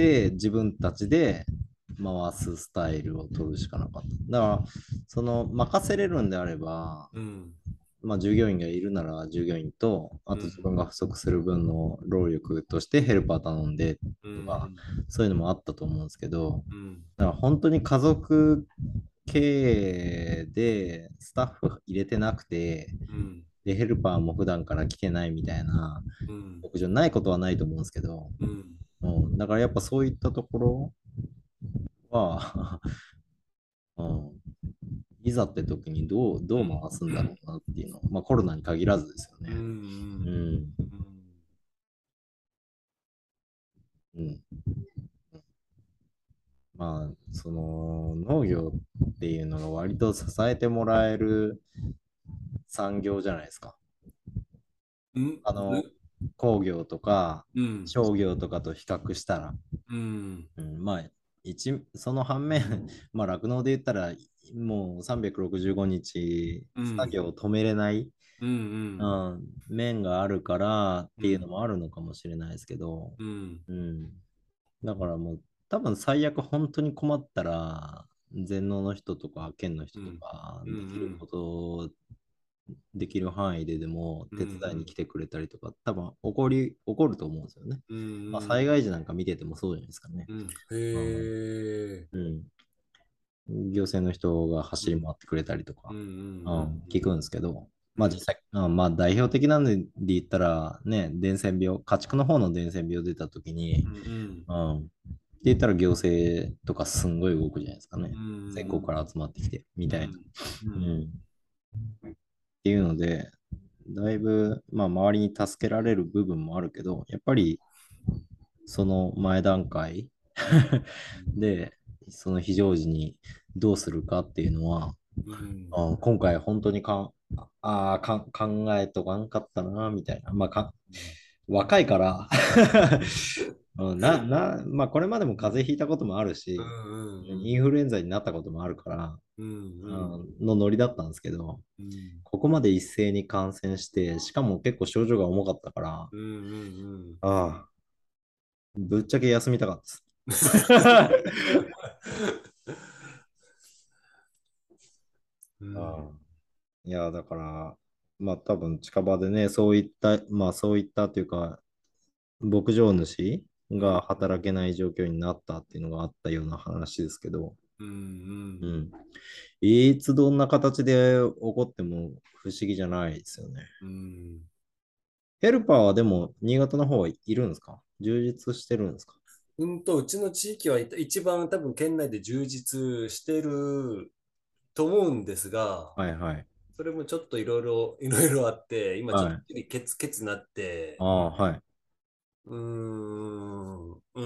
くて、自分たちで回すスタイルを取るしかなかった。だから、その、任せれるんであれば、 うん。 まあ、従業員がいるなら従業員と、あうん。 と自分が不足する分の労力としてヘルパー頼んでうとか、 ん。 そういうのもあったと思うんですけど、 うん。 だから本当に家族経営でスタッフ入れてなくて、 うん。 で、ヘルパーも普段から来てないみたいな、 うん。 牧場ないことはないと思うんですけど、 うん。 うん、だからやっぱそういったところは、うん、いざって時にどう、どう回すんだろうなっていうの、まあコロナに限らずですようね。うん。 ん。 うん。 うん。まあ、その農業っていうのが割と支えてもらえる産業じゃないですか。 うん。 あの、工業とかうん。 商業とかと比較したら。 うん。 うん、まあ、一、その反面、まあ、酪農で言ったら、もうさんびゃくろくじゅうごにちうん。 作業を止めれない、 うん。 うん、面があるからっうん。 ていうのもあるのかもしれないですけど、 うん。 うん。だからもう、多分最悪本当に困ったら、全農の人とか県の人とうん。 か、 うん。 できることできる範囲ででもうん。う手伝いに来ん。 てくれたりとか、多分起こり、起こると思うんですよね。 うまあ、災ん。 害時なんか見ててもそうじゃないですかね。 うん。 うん。 へえ。 うん。行政の人がうん。 走り回ってくれたりとうん。うか、うん、聞くん。 んですけど、 うん。 まあ実際、うん、まあ代表的なので言ったら、ね、伝染病、家畜の方の伝染病出た時に、 うん。 うん。って言ったら行政とかすんごい動くじゃないですかね。 うん。 全国から集まってきて、みたいな。 うん。うん。 うん。っていうので、だいぶ、まあ、周りに助けられる部分もあるけど、やっぱり、その前段階で、その非常時にどうするかっていうのは、 うん。 あ今回本当にかあーか考えとかんかったな、みたいな。まあ、か若いからうんな、な、まあ、これまでも風邪ひいたこともあるうし、イん。 ンフルエンザになったこともあるから、 うん。 うんのノリだったんですけど、 うん。 ここまで一斉に感染して、しかも結構症状が重かったから、 うん。うん。 ああ、ぶっちゃけ休みたかったです。 うん。 ああいや、だから、まあ多分近場でね、そういった、まあそういったというか、牧場主うん。 が働けない状況になったっていうのがあったような話ですけど、 うん。 うん。いつどんな形で起こっても不思議じゃないですよね。 うん。 ヘルパーはでも、新潟の方はいるんですか？充実してるんですか？ うんと、うちの地域は一番多分県内で充実してると思うんですが、 はいはい。 それもちょっといろいろ、いろいろあって、今ちょっとはい。 ケツケツなって、 ああ、はい。 うーん、うん。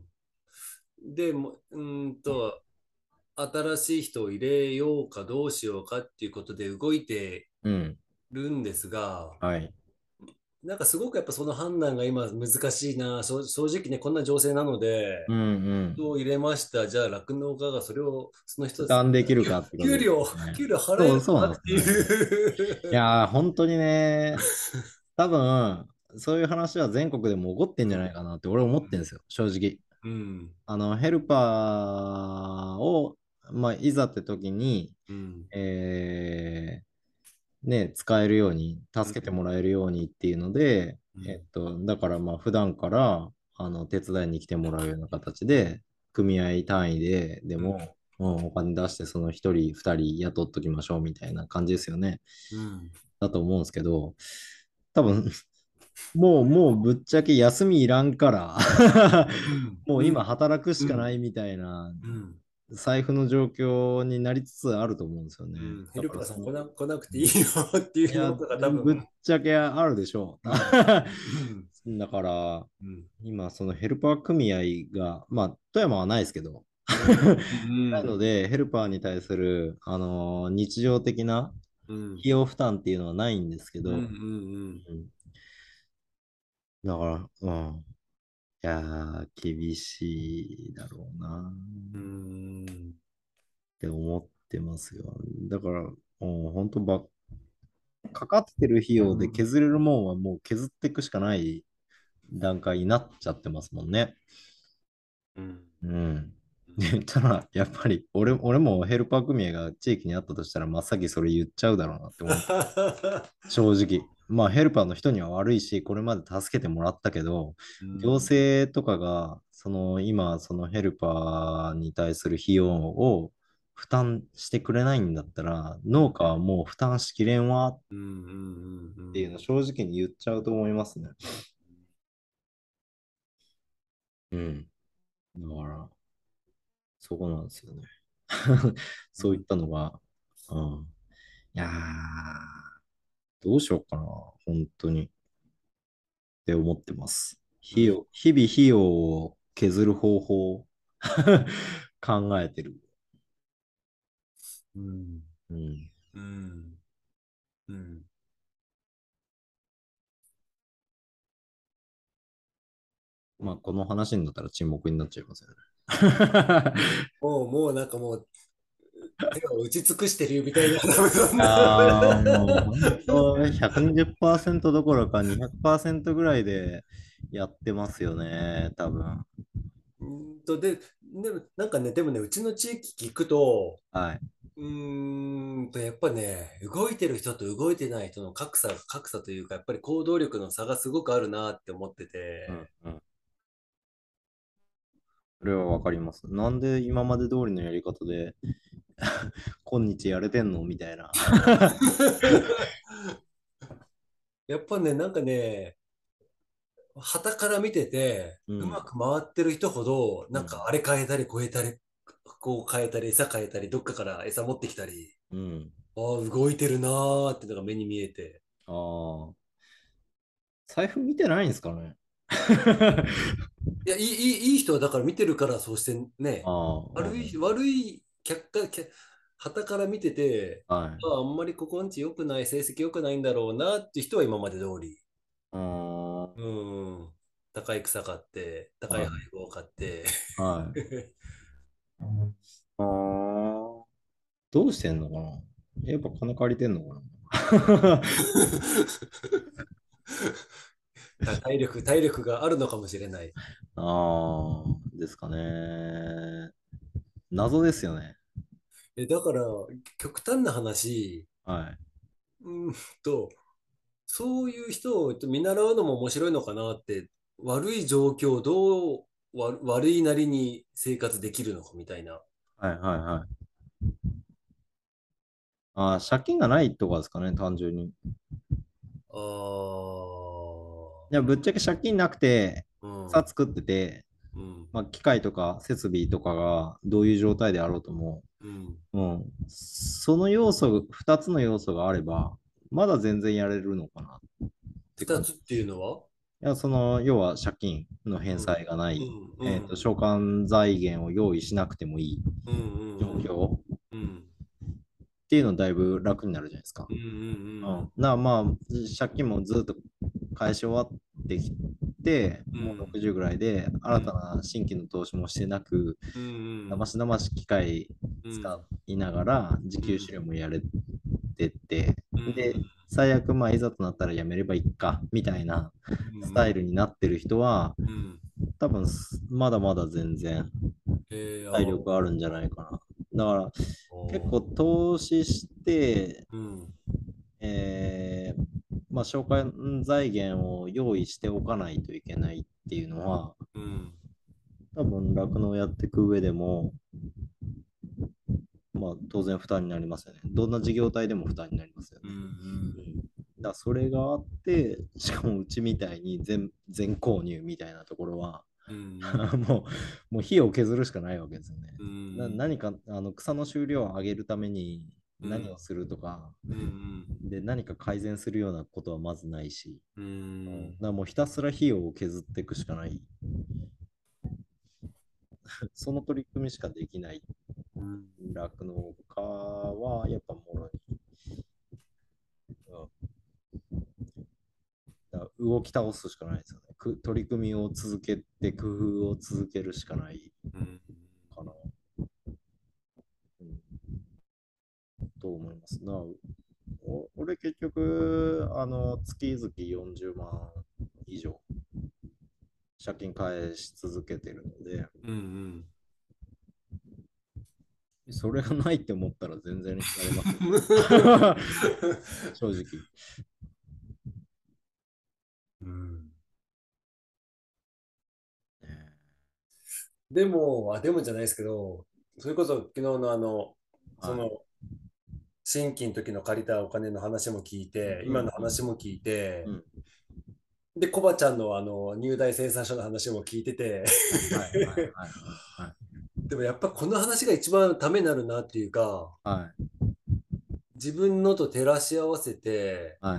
でも、うーんと、新しい人を入れようかどうしようかっていうことで動いてうん。 るんですが、 はい。 なんかすごくやっぱその判断が今難しいな、正正直ね、こんな情勢なので、 うんうん。 人を入れました。じゃあ酪農家がそれを、その人たち、 負担できるかってことです給料、 ね。 給料払えそう、 るそうのかっていなんですよね。いう。 やー、本当にね、多分、そういう話は全国でも起こってんじゃないかなって俺思ってるんですよ、正直。 うん、 あの、ヘルパーを、まあ、いざって時に、 うん、 えーね、使えるように、 うん、 助けてもらえるようにっていうので、 うん、 えっと、だからまあ、普段から、あの、手伝いに来てもらうような形で、組合単位で、でうん、 も、うん、お金出して、その一人、二人雇っときましょうみたいな感じですよね。 うん、 だと思うんですけど、多分、もう、もうぶっちゃけ休みいらんからもううん、 今働くしうん、 かないみたいなうん。 財布の状況になりつつあると思うんですよね。 うん、ヘだルパーさからその、 ん来な、来なくていいよっていいや、 うのとか多ぶっ分、 ちゃけあるでしょう。 うん、うん、 だから、 うん、 今、そのヘルパー組合が、まあ、富山はないですけど、 うん、うないん、 ので、ヘルパーに対する、あのー日常的なうん、 費用負担っていうのはないんですけうん、うど、 ん、 うん、だから、うん。いやー、厳しいだろうなうん、うん、 って思ってますよ。だから、もう本当ば、かかってる費用で削れるもんはもう削っていくしかない段階になっちゃってますもんね。 うん、 うん。で、言ったら、やっぱり俺、俺もヘルパー組合が地域にあったとしたら、真っ先それ言っちゃうだろうなって思う。正直。まあ、ヘルパーの人には悪いし、これまで助けてもらったけど、行うん、 政とかが、その、今、そのヘルパーに対する費用を負担してくれないんだったら、農家はもう負担しきれんわっうん、うん、うん、 ていうのを正直に言っちゃうと思いますね。うん。だから、そこなんですよね。そういったのが、うん。いやー、どうしようかな、本当に。って思ってます。 うん、 費用、日々費用を削る方法を考えてる。 うん、 うん。 うん、うん。 まあ、この話になったら沈黙になっちゃいますよね。 もう、もうなんかもう手を打ち尽くしてるみたいな、多分そんな。 ああ、もう本当ひゃくにじゅっパーセントどころかにひゃくパーセントぐらいでやってますよね、多分。 うーんと、で、でも、なんかね、でもね、うちの地域聞くと、 はい。 うーんと、やっぱね、動いてる人と動いてない人の格差、格差というか、やっぱり行動力の差がすごくあるなって思ってて、 うんうん。それはわかります。なんで今まで通りのやり方で今日やれてんのみたいな。 やっぱね、なんかね、傍から見てて、うまうん。 く回ってる人ほど、なんかうん。 あれ変えたり超えたり、こう変えたり、餌変えたり、どっかから餌持ってきたり、 うん。 ああ、動いてるなーってのが目に見えて。 ああ。財布見てないんですかね。 いや、いい、いいいい人はだから見てるからそうしてね、 あ悪い、悪い客観、客傍から見てて、 あ、はい。 ああ、あんまりここんち良くない、成績良くないんだろうなっていう人は今まで通り。 ああ、 うん。高い草買って、高いはい。 配合を買って。 はい。ああ、どうしてんのかな。やっぱ金借りてんのかな。 体力、体力があるのかもしれない。 ああ、ですかね。謎ですよね。 え、だから、極端な話、 はい。 うーんと、そういう人を見習うのも面白いのかなって、悪い状況をどうわ悪いなりに生活できるのかみたいな。 はいはいはい。ああ、借金がないとかですかね、単純に。いああ、 や、ぶっちゃけ借金なくて、 うん、 草作ってて、 うん、 まあ、機械とか設備とかがどういう状態であろうとも、 うん。 うん。その要素、二つの要素があれば、まだ全然やれるのかなって感じ。 二つっていうのは？ いや、その、要は借金の返うん、 済がない、 うん、うえっと、 ん、 償還財源を用意しなくてもいいうん、うん、 状況っうん、 ていうのだいぶ楽になるじゃないですか。 うん、うん、 うん。な、まあ、借金もずっと返し終わってきて、もううん、 ろくじゅうぐらいで、新たうん、 な新規の投資もしてなく、 うん、 だましだまし機械使うん、 いながら、自うん、 給飼料もやれてて、 うん、 で、最悪、まあ、いざとなったらやめればいいか、みたいなスタイルになってる人は、 うん。 多分、まだまだ全然えー、 体あ力あるんじゃないかな。だから、結構お投資して、 うん、 えーまあ、償還財源を用意しておかないといけないっていうのは、 うん、 多分、酪農をやっていく上でも、まあ、当然負担になりますよね。どんな事業体でも負担になりますようん、 ね。 うん。 うん。だからそれがあって、しかもうちみたいに全、全購入みたいなところは、 うん。 もう、もう火を削るしかないわけですよね。 うな、 ん。 何かあの草の収量を上げるためにうん。 何をするとか、 うん。 で、何か改善するようなことはまずないし、 ううん、だん。 からもうひたすら火を削っていくしかない。その取り組みしかできないうん。 酪農家は、やっぱもろに、うん、だから動き倒すしかないですよね。く取り組みを続けて、工夫を続けるしかないうん。 かな、うん、と思います。だからお俺結局、あの、月々よんじゅうまん以上、借金返し続けてるので、 うん。 それがないって思ったら全然やれますよ。正直。 うん。 ねでも、あ、でもじゃないですけど、それこそ昨日のあの、そはい。 の、新規の時の借りたお金の話も聞いて、今のうんうん話も聞いて、 うん。 で、コバちゃんのあの、入大生産者の話も聞いてて、 はいはいはいはいはい。 でもやっぱこの話が一番ためになるなっていうか、 はい自分のと照らし合わせて、 はい。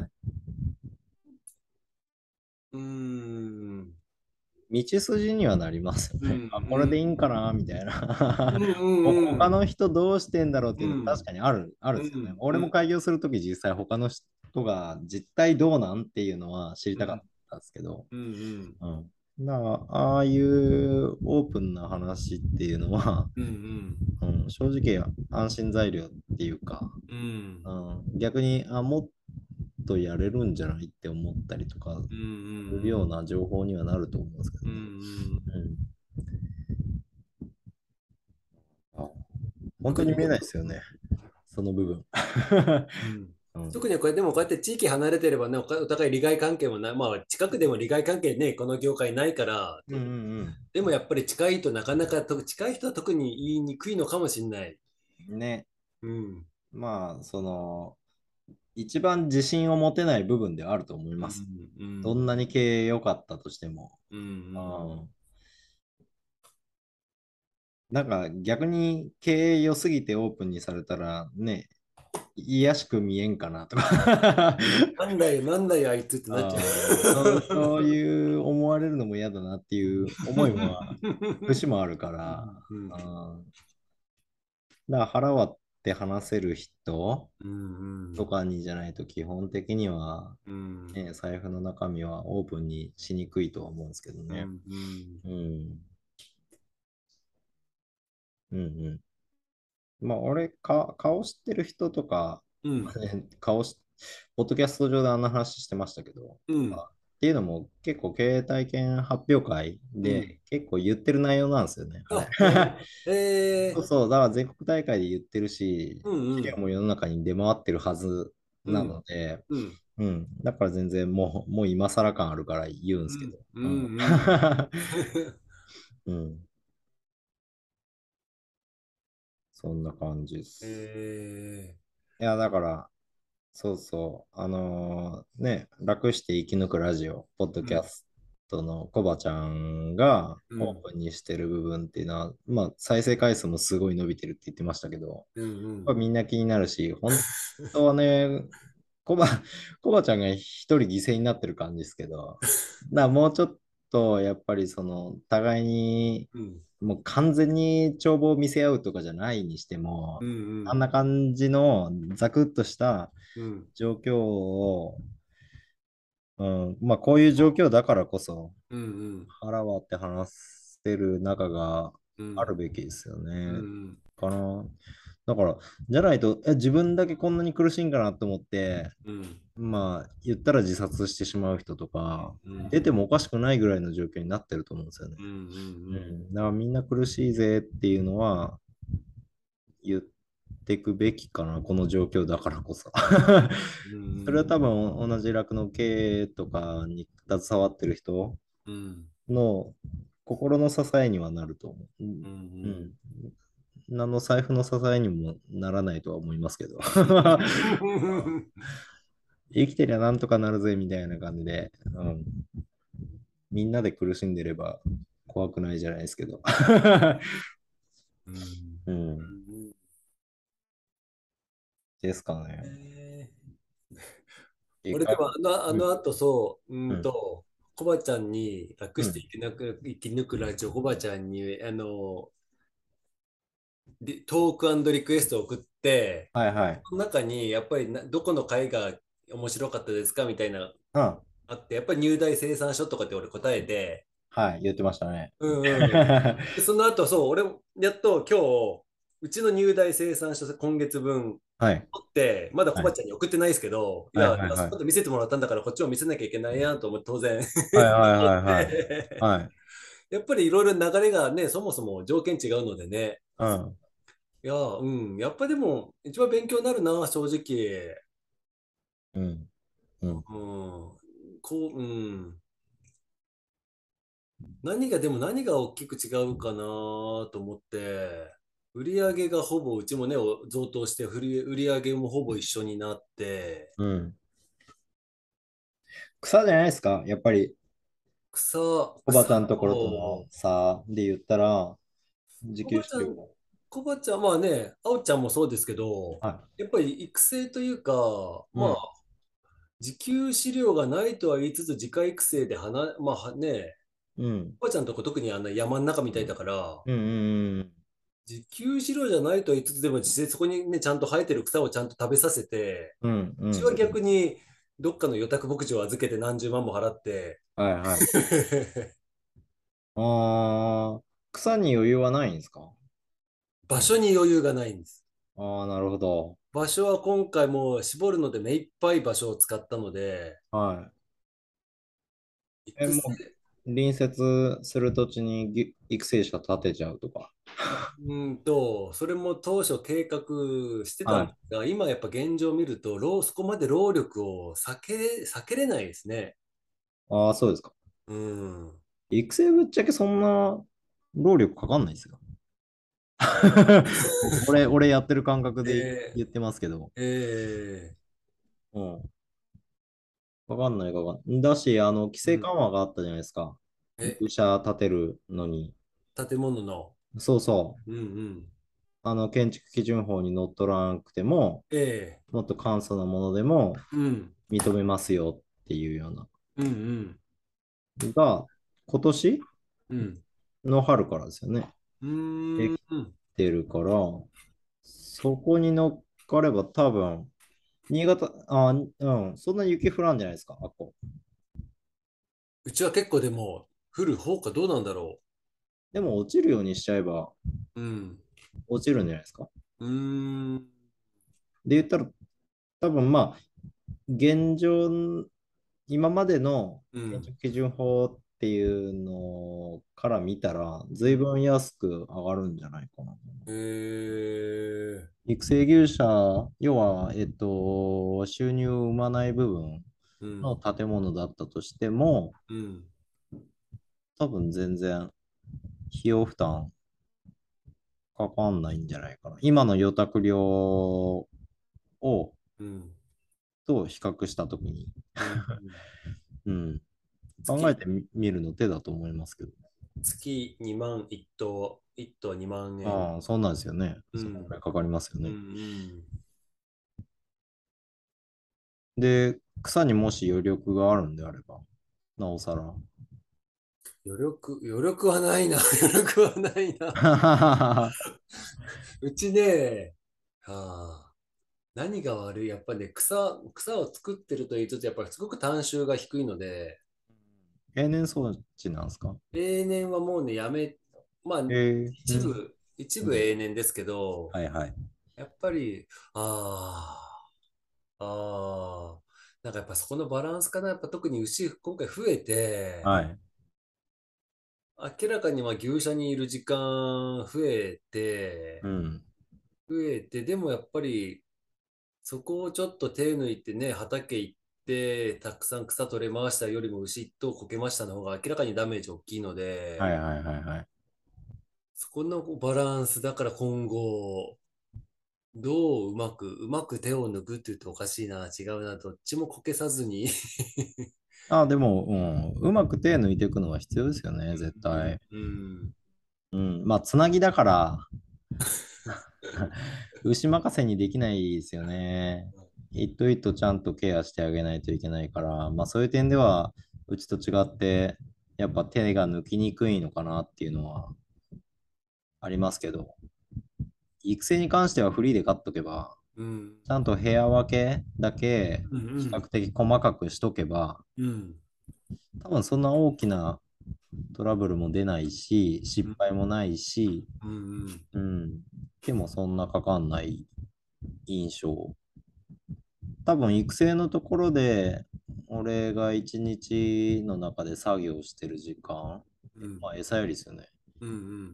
うーん、 道筋にはなりますようん、うね。あ、これでいいんん、 かなみたいな。 うん、うほん、うん、 他の人どうしてんだろうっていうのは確うん、 かにある、あるんですよね。 うん、うん、 俺も開業するとき実際他の人が実態どうなんっていうのは知りたかったんですけど、 うん、 うん。だから、ああいうオープンな話っていうのは、 うん、 うん、正直安心材料っていうか、 うん、 うん、逆に、あ、もっとやれるんじゃないって思ったりとかうん、 するよううん、 な情報にはなると思うんですけどうね。 ん、 うん。あ、本当特にこ、 に見えないですよね、その部分。 うん、 うん。 特にこれでもこうやって地域離れてればね、おかお互い利害関係もない、まあ近くでも利害関係ね、この業界ないから、 うんうんでもやっぱり近いとなかなかと、近い人は特に言いにくいのかもしれない。 うん。ね。 うん。 まあ、その、一番自信を持てない部分ではあると思いうます。 ん。うん。 どんなに経営良かったとしても。 ううん。 ん。なんか逆に経営良すぎてオープンにされたらね、いやしく見えんかなとかなんだよ、なんだよ、あいつってなっちゃあーそう、そうう。 いう思われるのも嫌だなっていう思いも、節もあるから、 うん。 あーだから腹割って話せる人うん。 とかにじゃないと基本的には、 うん。 ね、財布の中身はオープンにしにくいとは思うんですけどね。 うん。うん。 うん。うんうん。まあ、俺か、顔知ってる人とか、 うん。 ね顔し、ポッドキャスト上であんな話してましたけど、 うん。 あっていうのも結構経営体験発表会うん。 で結構言ってる内容なんですよね、あれ。 あ、えー、えー、 そうそう、だから全国大会で言ってるし、 うん。 資料うん。 も世の中に出回ってるはずなうん。 ので、 うん。 うん、だから全然もう、もう今更感あるから言うんですけど。 うん。ううん。 ん。 うん、そんな感じです。 えいや、だから、そうそう、あのーね、楽して生き抜くラジオ、ポッドー、うん。 キャストのコバちゃんがオーうん。 プンにしてる部分っていうのは、まあ、再生回数もすごい伸びてるって言ってましたけど、 うん。うん。 まあみんな気になるし、本当はね、コバ、コバちゃんが一人犠牲になってる感じですけど、だからもうちょっと、やっぱりその、互いに、 うん。 もう完全に帳簿を見せ合うとかじゃないにしても、 うん。 あんな感じのザクッとしたうん。 状況を、うん、まあこういう状況だからこそ、 うん。うん。 腹割って話せる仲がうん。 あるべきですようね。 ん。 かな。だから、じゃないと、え、自分だけこんなに苦しいんかなと思って、 うん。 まあ、言ったら自殺してしまう人とか、 うん。 出てもおかしくないぐらいの状況になってると思うんですよね。 うん。うん。 うん。だからみんな苦しいぜっていうのは言っていくべきかな、この状況だからこそ。 うそれはん。 多分同じ酪農経営とかに携わってる人うん。 の心の支えにはなると思う。ううん。うん。 ん。何の財布の支えにもならないとは思いますけど。生きてりゃなんとかなるぜみたいな感じで、うん、みんなで苦しんでれば怖くないじゃないですけど。 うんうん。 うんですかね。 えー俺で一回、 もあの、あうん、 の後そう、ううん、 んと、コバちゃんに楽してうん。 生きなく、生き抜くラジオ、コバちゃんに、あの、リトークリクエストを送って、 はいはい。 その中にやっぱりなどこの回が面白かったですかみたいなうん。 あって、やっぱり入大生産書とかって俺答えて、 はい、言ってましたね。 うんうん。で、その後、そう、俺、やっと今日、うちの入大生産書、今月分はい、 取って、まだコはい、 バちゃんに送ってないですけど、いはい、 や、 はい、はい。 今見せてもらったんだから、こっちも見せなきゃいけないやんと思って、当然はい、はい、 取っはい、はい。 て、 はい。 やっぱりいろいろ流れがね、そもそも条件違うのでね、 うん、 いや、うん、やっぱでも、一番勉強になるな、正直。 うん、うん。 うん、こう、うん。何が、でも何が大きく違うかなと思って、売り上げがほぼ、うちもね、お増頭して、売り、売り上げもほぼ一緒になって、 うん。草じゃないですか、やっぱり。 草、 おばち草ゃんのところとのを、 差で言ったら、自コバちゃん、 給飼料。 コバちゃん、まあね、あおちゃんもそうですけど、 はやっぱり育成というか、 い。うまあ、 ん、 自給飼料がないとは言いつつ、自家育成で花、まあね、 うん、 コバちゃんのとこ特にあんな山の中みたいだから、 うん、うん、 自給飼料じゃないとは言いつつ、でも実際そこにね、ちゃんと生えてる草をちゃんと食べさせて、 うん、うん。 うちは逆にどっかの予託牧場を預けて何十万も払って、 はい、はい。ああ、草に余裕はないんですか？ 場所に余裕がないんです。 ああー、なるほど。 場所は今回もう絞るので目いっぱい場所を使ったので、 はい。え、 育成、 もう、隣接する土地にぎ育成者建てちゃうとか。 うんと、それも当初計画してたんではい。 すが、今やっぱ現状を見ると、労そこまで労力を避けれ、避けれないですね。 ああ、そうですか。 うん。 育成ぶっちゃけそんな労力かかんないですよ。俺、俺やってる感覚でえ言ってますけど。 ー、えうん。かかんないかかんない。だし、あの、規ー、うん。 制緩和があったじゃないですか。 え、 牛舎建てるのに。 建物の。 そうそう。 うんうん。 あの、建築基準法にのっとらなくても、 えもっと簡素なものでもー、うん。 認めますよっていうような。 うんうん。 が、今年うん。 の春からですよね。 うできーん。 てるから、そこに乗っかれば多分、新潟、あ、うん、そんな雪降らんじゃないですか、あっこ。 うちは結構でも、降る方かどうなんだろでも落ちるようにしちゃえばう。うん。 落ちるんじゃないですか。 うーん。 で言ったら、多分まあ、現状、今までのうん。 建築基準法っていうのから見たら、 うん。 随分安く上がるんじゃないかな。 えー、 育成牛舎、要は、えっと、収入を生まない部分のうん。 建物だったとしても、 うん。 多分全然費用負担かかんないんじゃないかな。今の予託料をうん。 と比較したときに、 うん。 うん、考え月、 てみ見るの手だと思いますけど。 月にまん一頭、一頭にまん円。 ああ、そうなんですよね。そのくうん。 らいかかりますようん。うね。 ん。 で、草にもし余力があるんであれば、なおさら。 余力、余力はないな。余力はないな。 はうちね、はあ、何が悪いやっぱりね、草、草を作ってると言いつつ、やっぱりすごく単収が低いので、 平年装置なんですか？ 例年はもうね、やめ、まあ、 えー、うん、 一部、一部うん。 永年ですけど、 はいはい。 やっぱり、ああ、ああ、なんかやっぱそこのバランスかな。やっぱ特に牛、今回増えて、 はい。 明らかにまあ牛舎にいる時間増えて、 うん。 増えて、でもやっぱり、そこをちょっと手抜いてね、畑行って、たくさん草取れましたよりも牛一頭こけましたの方が明らかにダメージ大きいので、 はいはいはいはい。 そこのバランスだから今後、どううまく、うまく手を抜くって言うとおかしいな、違うな、どっちもこけさずにあ、でも、うん、うまく手抜いていくのは必要ですよね、絶対。 うん。 うん、まあ、つなぎだから、牛任せにできないですよね。一頭一頭ちゃんとケアしてあげないといけないから、まあそういう点では、うちと違って、やっぱ手が抜きにくいのかなっていうのはありますけど、育成に関してはフリーで飼っとけば、 うん。 ちゃんと部屋分けだけうん。う比較ん。 的細かくしとけば、 うん。 多分そんな大きなトラブルも出ないし、失敗もないし、 うん。 うん、手もそんなかかんない印象。多分育成のところで、俺が一日の中で作業してる時間、 うん。 まあ、餌やりですよね。 うん。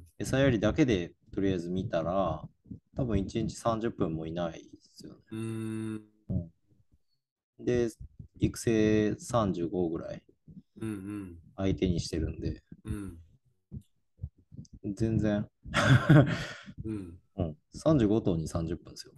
餌やりだけでとりあえず見たら、多分一日さんじゅっぷんもいないですよね。 うん。 うんで、育成さんじゅうごぐらいうん。 相手にしてるんで、 うん。 全然、 うん。 うん、さんじゅうご頭にさんじゅっぷんですよ。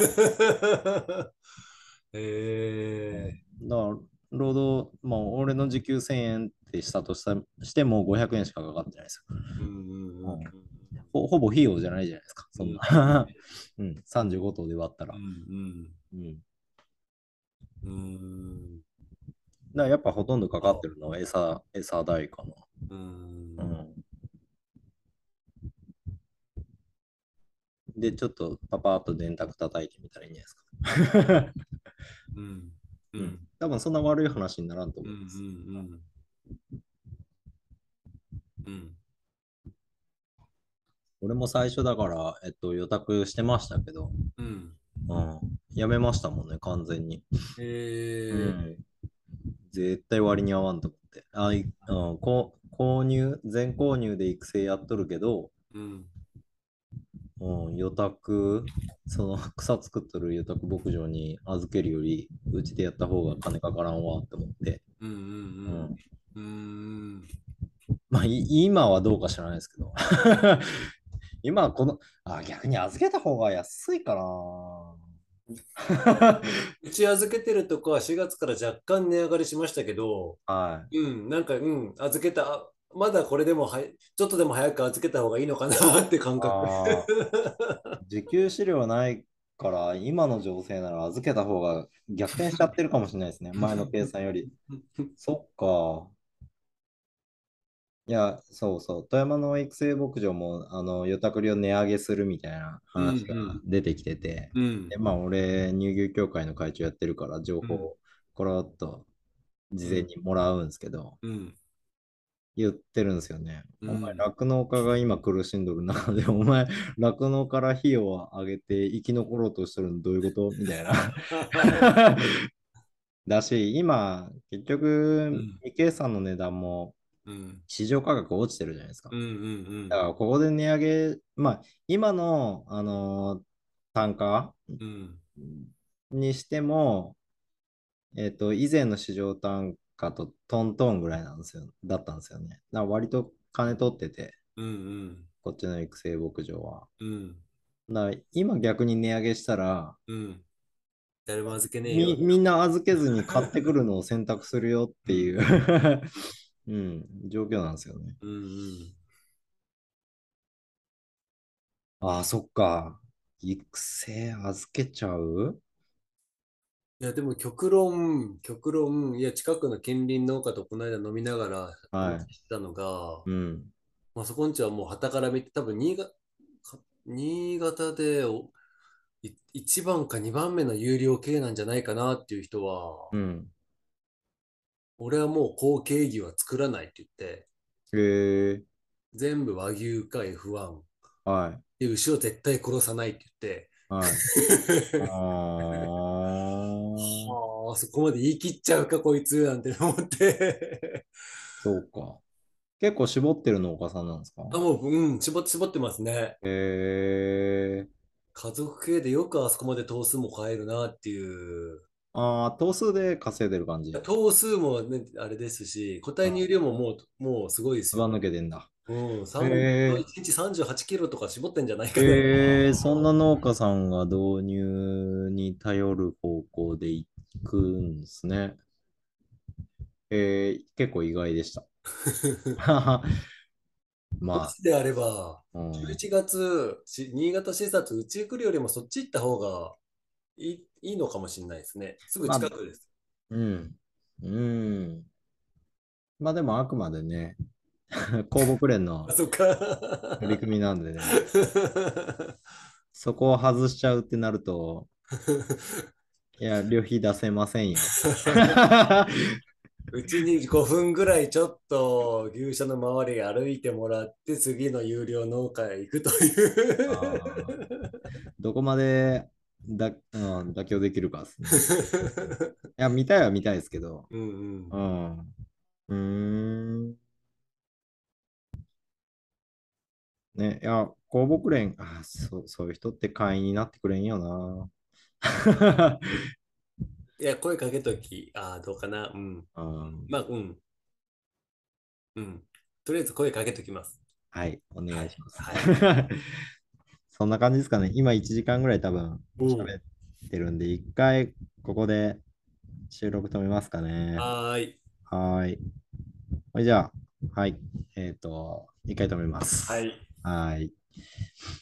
ええ。 だから、労働、まあ、俺の時給せんえんってしたとしたしてもごひゃくえんしかかかってないですよ。 うんうんうんほ、ほぼ費用じゃないじゃないですか、そんうんな。うん、さんじゅうご頭で割ったら。 うんうんうん。だかうんうんらやっぱほとんどかかってあるのは餌、餌代かうな。うんん。で、ちょっとパパーっと電卓叩いてみたらいいんじゃないですか。 うんううん。 ん多分そんな悪い話にならんとうんう思います。 んうん俺も最初だから、えっと、予託してましたけど、 うんうん。やめましたもんね、完全に。うええ。 ん。絶対割に合わんと思って。あ、い、うん、こ購入、全購入で育成やっとるけど、 うんうん、予託、その草作っとる予託牧場に預けるより、うちでやった方が金かからんわって思って。 うんううん。 んうんうんまあ、い今はどうか知らないですけど。今はこの、あ、逆に預けた方が安いかな。 うち預けてるとこはしがつから若干値上がりしましたけど、 はい。 うん、なんか、うん、預けた、あまだこれでもはちょっとでも早く預けた方がいいのかなって感覚。 ああ、受給資料ないから、今の情勢なら預けた方が逆転しちゃってるかもしれないですね。前の計算より。そっか。いや、そうそう。富山の育成牧場も、あの、予託料値上げするみたいなうんう話がん出てきてて、で、 うんまあ、俺、乳牛協会の会長やってるから、情うん報、ころっと事前うんにもらうんですけど、 うん言ってるんですよね。お前、 うん酪農家が今苦しんどる中で、お前、酪農から費用を上げて生き残ろうとしてるのどういうことみたいな。だし、今、結局、 うん未計算の値段もうん市場価格落ちてるじゃないですか。 うんうんだから、ここで値上げ、まあ、今の、あのー単価うんにしても、えっと、以前の市場単価とトントンぐらいなんですよ、だったんですよね。だから割と金取ってて、 うんうんこっちの育成牧場は。 うんだから今逆に値上げしたら、 うん誰も預けねえよ。 み、みんな預けずに買ってくるのを選択するよっていうんううん、状況なんですよね。 うんうんああ、そっか。育成預けちゃういや、でも極論、極論、いや、近くの近隣農家とこの間飲みながらはい。 話してたのが、 うん。 まあ、そこんちはもう傍から見て、多分新潟、か新潟でおいいちばんかにばんめの有料系なんじゃないかなっていう人は、 うん。 俺はもう後継牛は作らないって言って、 へえ。 全部和牛か エフワン。 はい。 で、牛を絶対殺さないって言って、 はい。ああ、 はあ、そこまで言い切っちゃうか、こいつ、なんて思ってそうか。結構絞ってる農家さんなんですかあ、もう、うん、絞って絞ってますね。 へえ。 家族系でよくあそこまで頭数も変えるなっていう。 ああ、頭数で稼いでる感じ。 頭数もね、あれですし、個体あ、 入量ももう、もうすごいですよ。 ずば抜けてんだ。 うん、 へさんえ。 いちにちさんじゅうはちキロとか絞ってんじゃないかな。 えー、そんな農家さんが導入に頼る方向で行くんですね。 えー結構意外でした。まもしであれば、 あ、うん。 じゅういちがつ、し新潟視察うち来るよりもそっち行った方がいい、いいのかもしれないですね。すぐまあ、 近くです。 うん。うん。まあでもあくまでね、公募連あ、 のそっ取りか。 組みなんでね、そこを外しちゃうってなると、いや、旅費出せませんよ。 うちにごふんぐらいちょっと牛舎の周り歩いてもらって、次の有料農家へ行くといあーう。 どこまでだ、うん、妥協できるかですね。いや、見たいは見たいですけど、 うんうん。 うん。うーん。ね、いや、公募連、あ、そう、そういう人って会員になってくれんよな。 いや、声かけとき、ああ、どうかな。うん。 うん、 まあ、うん。うん。とりあえず声かけときます。 はい、お願はい。 いします。 はい。 そんな感じですかね。今いちじかんぐらい多分おう。 喋ってるんで、一回ここで収録止めますかね。 はーい。 はーい。ほいじゃあ、はい。えっと、一回止めます。 はい。 はーい。